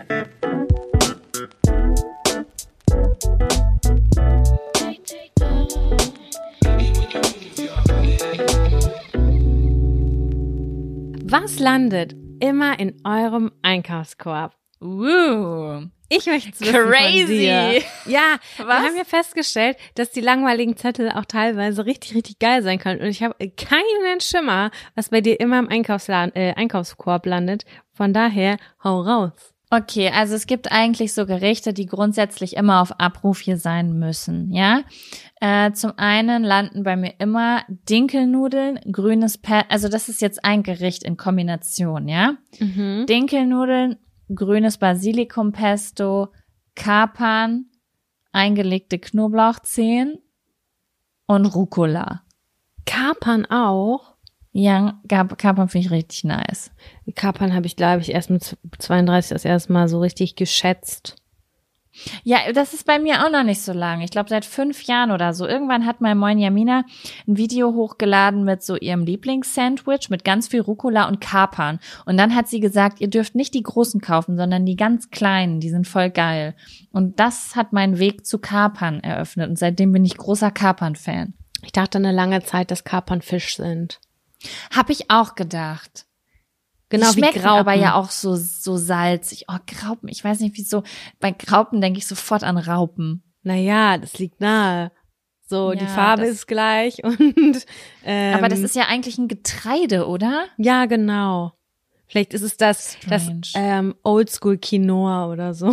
Was landet immer in eurem Einkaufskorb? Uh. Ich möchte es wissen von Crazy. dir. Ja, wir Was? haben ja festgestellt, dass die langweiligen Zettel auch teilweise richtig, richtig geil sein können. Und ich habe keinen Schimmer, was bei dir immer im Einkaufsladen, äh, Einkaufskorb landet. Von daher, hau raus. Okay, also es gibt eigentlich so Gerichte, die grundsätzlich immer auf Abruf hier sein müssen, ja. Äh, zum einen landen bei mir immer Dinkelnudeln, grünes Pe also das ist jetzt ein Gericht in Kombination, ja. Mhm. Dinkelnudeln, grünes Basilikumpesto, Kapern, eingelegte Knoblauchzehen und Rucola. Kapern auch. Ja, Kap- Kapern finde ich richtig nice. Kapern habe ich, glaube ich, erst mit zweiunddreißig das erste Mal so richtig geschätzt. Ja, das ist bei mir auch noch nicht so lange. Ich glaube, seit fünf Jahren oder so. Irgendwann hat meine Moin Jamina ein Video hochgeladen mit so ihrem Lieblingssandwich mit ganz viel Rucola und Kapern. Und dann hat sie gesagt, ihr dürft nicht die großen kaufen, sondern die ganz kleinen. Die sind voll geil. Und das hat meinen Weg zu Kapern eröffnet. Und seitdem bin ich großer Kapern-Fan. Ich dachte eine lange Zeit, dass Kapern Fisch sind. Hab ich auch gedacht. Genau Die wie schmecken Graupen. aber ja auch so, so salzig. Oh, Graupen. Ich weiß nicht, wieso. Bei Graupen denke ich sofort an Raupen. Naja, das liegt nahe. So, die Ja, Farbe das- ist gleich und ähm, Aber das ist ja eigentlich ein Getreide, oder? ja, genau. Vielleicht ist es das, das Strange. ähm, Oldschool Quinoa oder so.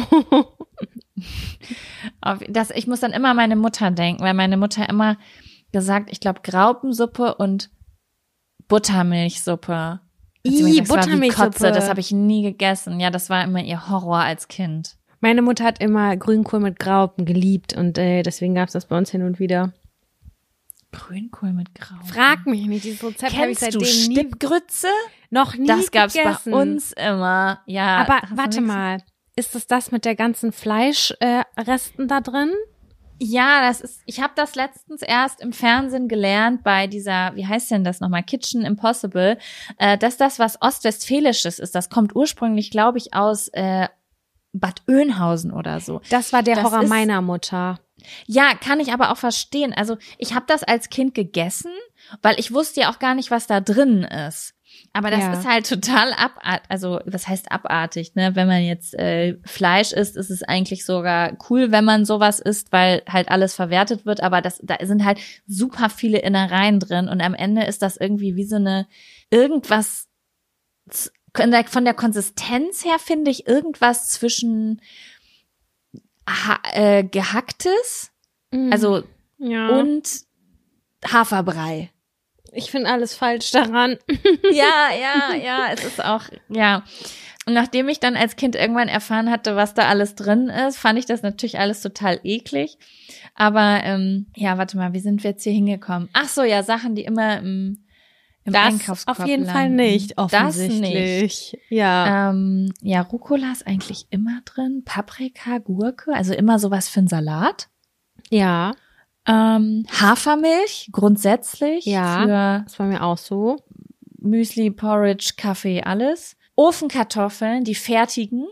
Auf das, ich muss dann immer an meine Mutter denken, weil meine Mutter immer gesagt, ich glaube Graupensuppe und Buttermilchsuppe. Hat sie mir Ih, gesagt, das war wie Buttermilchsuppe. Kotze, das habe ich nie gegessen. Ja, das war immer ihr Horror als Kind. Meine Mutter hat immer Grünkohl mit Graupen geliebt und äh, deswegen gab's das bei uns hin und wieder. Grünkohl mit Graupen. Frag mich nicht, dieses Rezept habe ich Kennst du seitdem nie, Stippgrütze? noch nie Das gab's gegessen. bei uns immer. Ja. Aber hast du warte nix- mal, ist es das mit der ganzen Fleischresten äh, Resten da drin? Ja, das ist, ich habe das letztens erst im Fernsehen gelernt bei dieser, wie heißt denn das nochmal, Kitchen Impossible, äh, dass das was Ostwestfälisches ist. Das kommt ursprünglich, glaube ich, aus äh, Bad Oeynhausen oder so. Das war der Das Horror ist- meiner Mutter. Ja, kann ich aber auch verstehen. Also ich habe das als Kind gegessen, weil ich wusste ja auch gar nicht, was da drin ist. Aber das Ja. ist halt total abartig, also was heißt abartig, ne? Wenn man jetzt äh, Fleisch isst, ist es eigentlich sogar cool, wenn man sowas isst, weil halt alles verwertet wird, aber das da sind halt super viele Innereien drin und am Ende ist das irgendwie wie so eine irgendwas z- von der, von der Konsistenz her finde ich irgendwas zwischen ha äh, gehacktes, also ja. und Haferbrei. ich finde alles falsch daran. Ja, ja, ja, es ist auch, ja. Und nachdem ich dann als Kind irgendwann erfahren hatte, was da alles drin ist, fand ich das natürlich alles total eklig. Aber ähm, ja, warte mal, wie sind wir jetzt hier hingekommen? Ach so, ja, Sachen, die immer im im Das Einkaufskorb auf jeden landen. Fall nicht, Das offensichtlich. nicht. Ja. Ähm, ja, Rucola ist eigentlich immer drin. Paprika, Gurke, also immer sowas für einen Salat. Ja. Ähm, Hafermilch grundsätzlich Ja. für Das war mir auch so. Müsli, Porridge, Kaffee, alles. Ofenkartoffeln, die fertigen.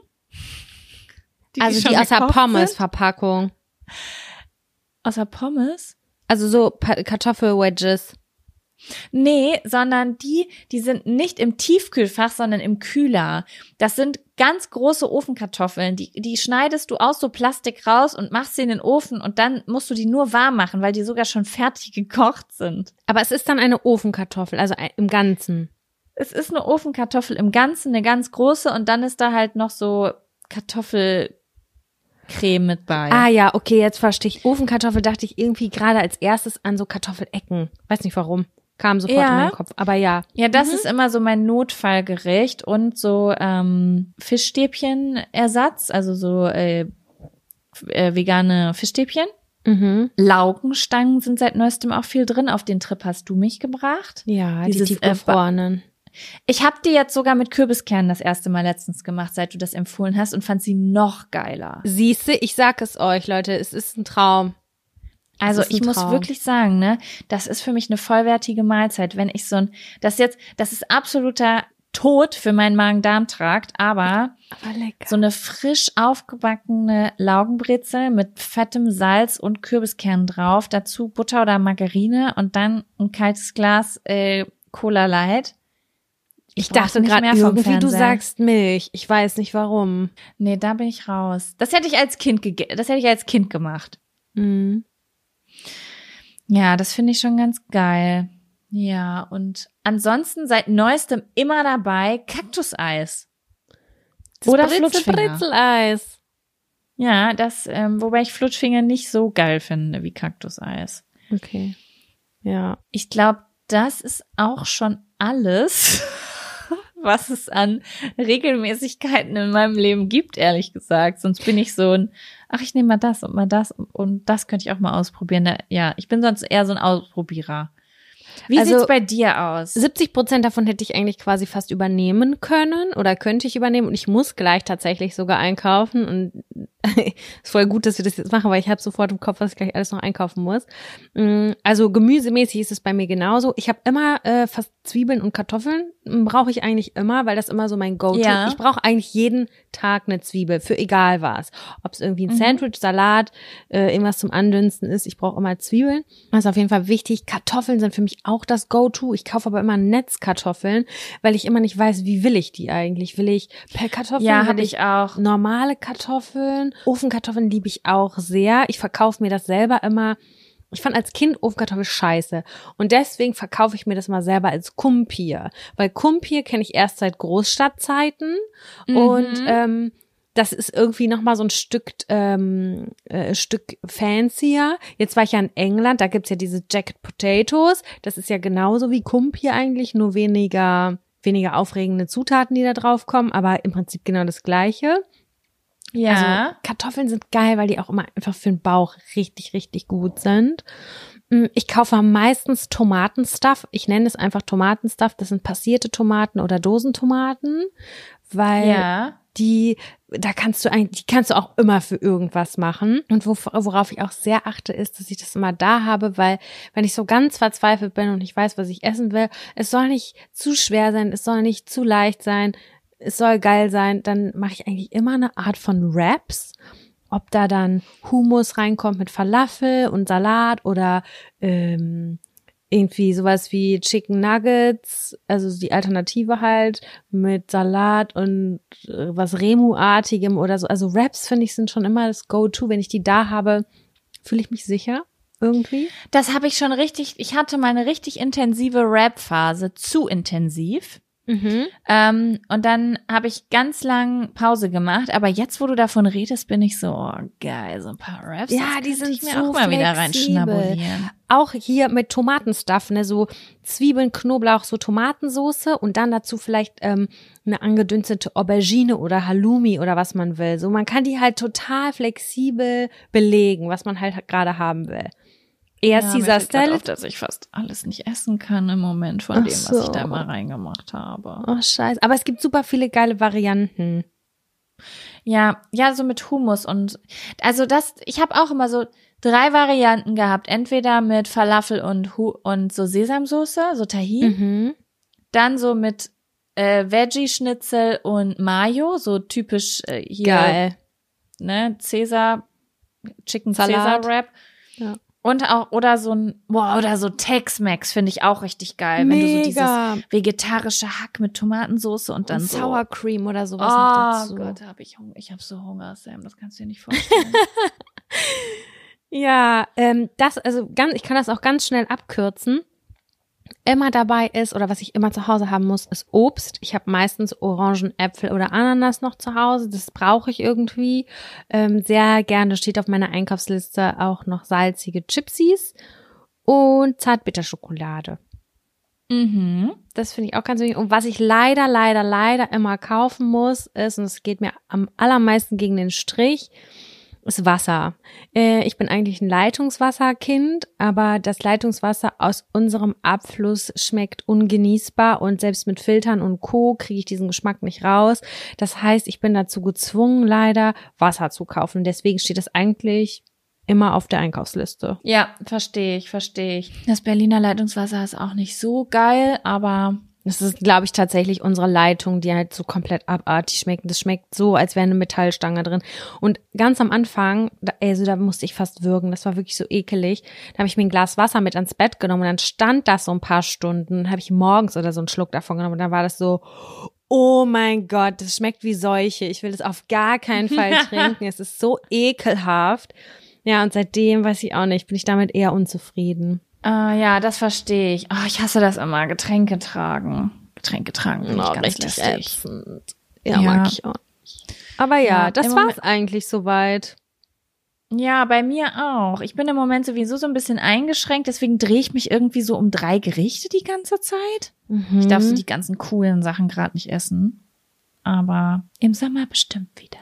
Die, Also die schon aus der gekocht Pommes-Verpackung. sind. Aus der Pommes? Also so Pa- Kartoffelwedges. Nee, sondern die, die sind nicht im Tiefkühlfach, sondern im Kühler. Das sind ganz große Ofenkartoffeln. Die, die schneidest du aus so Plastik raus und machst sie in den Ofen und dann musst du die nur warm machen, weil die sogar schon fertig gekocht sind. Aber es ist dann eine Ofenkartoffel, also ein- im Ganzen. Es ist eine Ofenkartoffel im Ganzen, eine ganz große und dann ist da halt noch so Kartoffelcreme mit bei. Ah ja, okay, jetzt verstehe ich. Ofenkartoffel dachte ich irgendwie gerade als erstes an so Kartoffelecken. Weiß nicht warum. Kam sofort Ja. in meinen Kopf. Aber ja. Ja, das ist immer so mein Notfallgericht und so ähm, Fischstäbchenersatz, also so äh, f- äh, vegane Fischstäbchen. Mhm. Laugenstangen sind seit neuestem auch viel drin. Auf den Trip hast du mich gebracht. Ja, Dieses, die äh, tiefgefrorenen. Ich habe die jetzt sogar mit Kürbiskernen das erste Mal letztens gemacht, seit du das empfohlen hast und fand sie noch geiler. Siehste, ich sag es euch, Leute, es ist ein Traum. Also Das ist ein ich muss Traum. wirklich sagen, ne, das ist für mich eine vollwertige Mahlzeit, wenn ich so ein, das jetzt, das ist absoluter Tod für meinen Magen-Darm-Trakt, aber Aber lecker. so eine frisch aufgebackene Laugenbrezel mit fettem Salz und Kürbiskern drauf, dazu Butter oder Margarine und dann ein kaltes Glas äh, Cola Light. Ich brauch dachte nicht gerade mehr vom irgendwie, du Fernseher. sagst Milch. Ich weiß nicht warum. Nee, da bin ich raus. Das hätte ich als Kind gege- das hätte ich als Kind gemacht. Mhm. Ja, das finde ich schon ganz geil. Ja, und ansonsten seit neuestem immer dabei Kaktuseis. Das Oder Britzel, Flutschfinger. Britzeleis. Ja, das, ähm, wobei ich Flutschfinger nicht so geil finde wie Kaktuseis. Okay. Ja. Ich glaube, das ist auch schon alles, was es an Regelmäßigkeiten in meinem Leben gibt, ehrlich gesagt. Sonst bin ich so ein, ach, ich nehme mal das und mal das und, und das könnte ich auch mal ausprobieren. Da- Ja, ich bin sonst eher so ein Ausprobierer. Wie Also, sieht's bei dir aus? siebzig Prozent davon hätte ich eigentlich quasi fast übernehmen können oder könnte ich übernehmen und ich muss gleich tatsächlich sogar einkaufen und ist voll gut, dass wir das jetzt machen, weil ich habe sofort im Kopf, was ich gleich alles noch einkaufen muss. Mm, Also gemüsemäßig ist es bei mir genauso. Ich habe immer äh, fast Zwiebeln und Kartoffeln, mm, brauche ich eigentlich immer, weil das immer so mein Go-To. Ja. Ich brauche eigentlich jeden Tag eine Zwiebel für egal was. Ob es irgendwie ein Mhm. Sandwich, Salat, äh, irgendwas zum Andünsten ist. Ich brauche immer Zwiebeln. Das ist auf jeden Fall wichtig. Kartoffeln sind für mich auch das Go-To. Ich kaufe aber immer Netzkartoffeln, weil ich immer nicht weiß, wie will ich die eigentlich. Will ich Pellkartoffeln? Ja, Will habe ich auch. normale Kartoffeln? Ofenkartoffeln liebe ich auch sehr. Ich verkaufe mir das selber immer. Ich fand als Kind Ofenkartoffel scheiße. Und deswegen verkaufe ich mir das mal selber als Kumpir. Weil Kumpir kenne ich erst seit Großstadtzeiten. Mhm. Und ähm, das ist irgendwie nochmal so ein Stück, ähm, äh, Stück fancier. Jetzt war ich ja in England, da gibt's ja diese Jacket Potatoes. Das ist ja genauso wie Kumpir eigentlich, nur weniger, weniger aufregende Zutaten, die da drauf kommen, aber im Prinzip genau das Gleiche. Ja. Also Kartoffeln sind geil, weil die auch immer einfach für den Bauch richtig, richtig gut sind. Mm, Ich kaufe meistens Tomatenstuff. Ich nenne es einfach Tomatenstuff. Das sind passierte Tomaten oder Dosentomaten, weil ja. die, da kannst du eigentlich, die kannst du auch immer für irgendwas machen. Und wo, worauf ich auch sehr achte, ist, dass ich das immer da habe, weil wenn ich so ganz verzweifelt bin und ich weiß, was ich essen will, es soll nicht zu schwer sein, es soll nicht zu leicht sein, es soll geil sein, dann mache ich eigentlich immer eine Art von Wraps. Ob da dann Hummus reinkommt mit Falafel und Salat oder ähm, irgendwie sowas wie Chicken Nuggets, also die Alternative halt mit Salat und äh, was Remu-artigem oder so. Also Wraps, finde ich, sind schon immer das Go-To. Wenn ich die da habe, fühle ich mich sicher irgendwie. Das habe ich schon richtig, ich hatte mal eine richtig intensive Rap-Phase, zu intensiv. Mhm. Ähm, und dann habe ich ganz lang Pause gemacht, aber jetzt, wo du davon redest, bin ich so, oh geil, so ein paar Raps. Ja, das die könnte sind ich mir so auch mal wieder flexibel. reinschnabulieren. Auch hier mit Tomatenstuff, ne, so Zwiebeln, Knoblauch, so Tomatensoße und dann dazu vielleicht ähm, eine angedünstete Aubergine oder Halloumi oder was man will. So, man kann die halt total flexibel belegen, was man halt gerade haben will. eher Ja, Caesar mir fällt grad Style. auf, dass ich fast alles nicht essen kann im Moment von Ach dem, was ich so. da mal reingemacht habe. Oh, scheiße. Aber es gibt super viele geile Varianten. Ja, ja, so mit Hummus und also das, ich habe auch immer so drei Varianten gehabt. Entweder mit Falafel und Hu und so Sesamsoße, so Tahin. Mhm. Dann so mit äh, Veggie-Schnitzel und Mayo, so typisch äh, hier, Geil. ne, Caesar, Chicken Salat. Caesar Wrap. Ja. Und auch, oder so ein, boah, oder so Tex-Mex finde ich auch richtig geil. Wenn du so Mega. dieses vegetarische Hack mit Tomatensauce und dann Und so. Sour Cream oder sowas noch Oh dazu. Gott, hab ich Hunger. Ich habe so Hunger, Sam. Das kannst du dir nicht vorstellen. Ja, ähm, das, also ganz, ich kann das auch ganz schnell abkürzen. Immer dabei ist, oder was ich immer zu Hause haben muss, ist Obst. Ich habe meistens Orangen, Äpfel oder Ananas noch zu Hause. Das brauche ich irgendwie. Ähm, sehr gerne steht auf meiner Einkaufsliste auch noch salzige Chipsies und Zartbitterschokolade. mhm. Das finde ich auch ganz wichtig. Und was ich leider, leider, leider immer kaufen muss, ist, und es geht mir am allermeisten gegen den Strich, ist Wasser. Äh, ich bin eigentlich ein Leitungswasserkind, aber das Leitungswasser aus unserem Abfluss schmeckt ungenießbar und selbst mit Filtern und Co. kriege ich diesen Geschmack nicht raus. Das heißt, ich bin dazu gezwungen, leider Wasser zu kaufen. Deswegen steht es eigentlich immer auf der Einkaufsliste. Ja, verstehe ich, verstehe ich. Das Berliner Leitungswasser ist auch nicht so geil, aber Das ist, glaube ich, tatsächlich unsere Leitung, die halt so komplett abartig schmeckt. Das schmeckt so, als wäre eine Metallstange drin. Und ganz am Anfang, da, also da musste ich fast würgen. Das war wirklich so ekelig. Da habe ich mir ein Glas Wasser mit ans Bett genommen und dann stand das so ein paar Stunden. Dann habe ich morgens oder so einen Schluck davon genommen und dann war das so, oh mein Gott, das schmeckt wie Seuche. Ich will das auf gar keinen Fall trinken. Es ist so ekelhaft. Ja, und seitdem, weiß ich auch nicht, bin ich damit eher unzufrieden. äh, ja, das verstehe ich. Oh, ich hasse das immer, Getränke tragen. Getränke tragen finde ich ganz lästig. ätzend. Ja, Ja. mag ich auch nicht. Aber ja, Ja, das im war's eigentlich soweit. Ja, bei mir auch. Ich bin im Moment sowieso so ein bisschen eingeschränkt, deswegen drehe ich mich irgendwie so um drei Gerichte die ganze Zeit. Ich darf so die ganzen coolen Sachen gerade nicht essen. Aber im Sommer bestimmt wieder.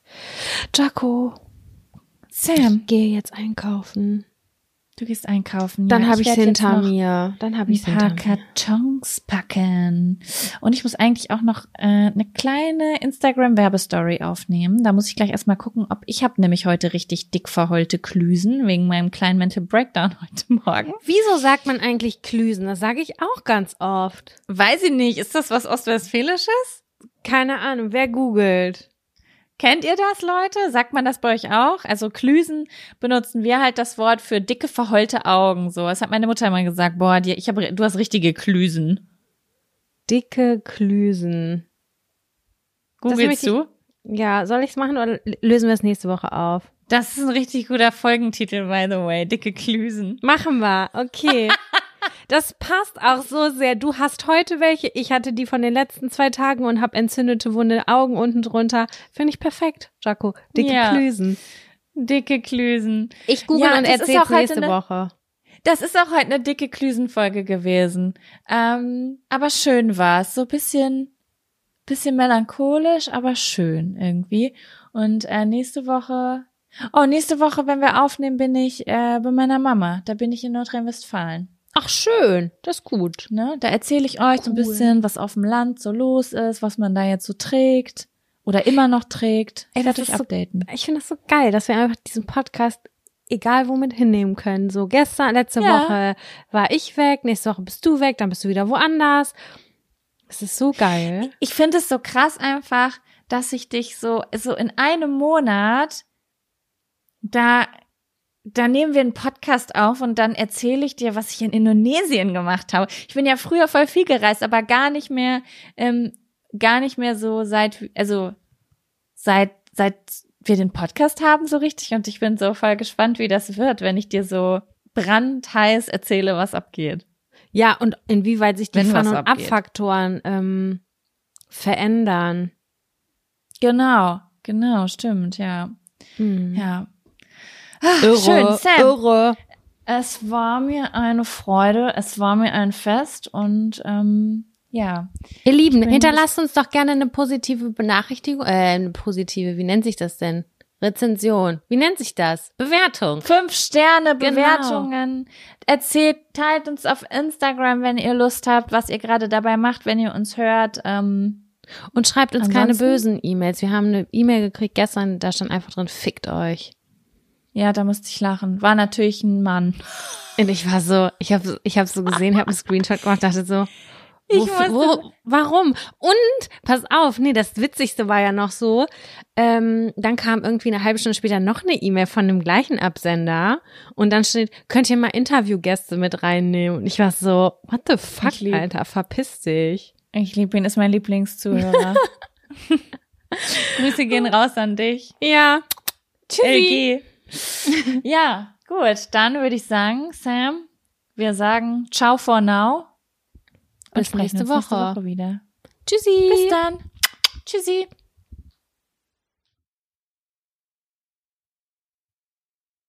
Jaco, Sam, ich gehe jetzt einkaufen. du gehst einkaufen. Dann ja, habe ich es werd jetzt hinter noch mir. Dann habe ein ich es paar hinter mir. Kartons packen. Und ich muss eigentlich auch noch äh, eine kleine Instagram-Werbestory aufnehmen. Da muss ich gleich erstmal gucken, ob ich habe nämlich heute richtig dick verheulte Klüsen wegen meinem kleinen Mental Breakdown heute Morgen. Wieso sagt man eigentlich Klüsen? Das sage ich auch ganz oft. Weiß ich nicht, ist das was Ostwestfälisches? Keine Ahnung, wer googelt? Kennt ihr das, Leute? Sagt man das bei euch auch? Also Klüsen benutzen wir halt das Wort für dicke, verheulte Augen. So, das hat meine Mutter immer gesagt. Boah, die, ich habe, du hast richtige Klüsen. Dicke Klüsen. Googelst möchte du? Ja, soll ich es machen oder lösen wir es nächste Woche auf? Das ist ein richtig guter Folgentitel, by the way. Dicke Klüsen. Machen wir, okay. Das passt auch so sehr. Du hast heute welche, ich hatte die von den letzten zwei Tagen und habe entzündete wunde Augen unten drunter. Finde ich perfekt, Jaco. Dicke Ja. Klüsen. Dicke Klüsen. Ich google Ja, und das ist erzähl's auch heute nächste eine- Woche. Das ist auch heute eine dicke Klüsen-Folge gewesen. Ähm, aber schön war's. So ein bisschen, bisschen melancholisch, aber schön irgendwie. Und äh, nächste Woche, oh, nächste Woche, wenn wir aufnehmen, bin ich äh, bei meiner Mama. Da bin ich in Nordrhein-Westfalen. Ach schön, das ist gut. Ne? Da erzähle ich euch so ein Cool. bisschen, was auf dem Land so los ist, was man da jetzt so trägt oder immer noch trägt. Ich Ey, werde das euch ist so- updaten. Ich finde das so geil, dass wir einfach diesen Podcast egal womit hinnehmen können. So gestern, letzte Ja. Woche war ich weg, nächste Woche bist du weg, dann bist du wieder woanders. Es ist so geil. Ich finde es so krass einfach, dass ich dich so, so in einem Monat, da, da nehmen wir einen Podcast auf und dann erzähle ich dir, was ich in Indonesien gemacht habe. Ich bin ja früher voll viel gereist, aber gar nicht mehr, ähm, gar nicht mehr so seit, also seit, seit wir den Podcast haben so richtig und ich bin so voll gespannt, wie das wird, wenn ich dir so brandheiß erzähle, was abgeht. Ja, und inwieweit sich die Wenn was Fun- und abgeht. Abfaktoren ähm, verändern. Genau, genau, stimmt, ja. Hm. Ja. Irre, Schön, Sam. irre. Es war mir eine Freude, es war mir ein Fest und ähm, ja. Ihr Lieben, bin hinterlasst uns doch gerne eine positive Benachrichtigung, äh, eine positive, wie nennt sich das denn? Rezension. Wie nennt sich das? Bewertung. Fünf Sterne, Genau. Bewertungen. Erzählt, teilt uns auf Instagram, wenn ihr Lust habt, was ihr gerade dabei macht, wenn ihr uns hört. Ähm, Und schreibt uns Ansonsten? keine bösen E-Mails. Wir haben eine E-Mail gekriegt gestern, da stand einfach drin, fickt euch. ja, da musste ich lachen. War natürlich ein Mann. Und ich war so, ich habe ich hab so gesehen, habe einen Screenshot gemacht, dachte so, Ich wofür- musste- wo, warum? Und, pass auf, nee, das Witzigste war ja noch so, ähm, dann kam irgendwie eine halbe Stunde später noch eine E-Mail von dem gleichen Absender und dann steht, könnt ihr mal Interviewgäste mit reinnehmen? Und ich war so, what the fuck, Ich lieb- Alter, verpiss dich. Ich liebe ihn, ist mein Lieblingszuhörer. Grüße gehen raus an dich. Ja, tschüssi. L G. Ja, gut. Dann würde ich sagen, Sam, wir sagen ciao for now. Und Bis sprechen nächste uns nächste Woche. Woche wieder. Tschüssi. Bis dann. Tschüssi.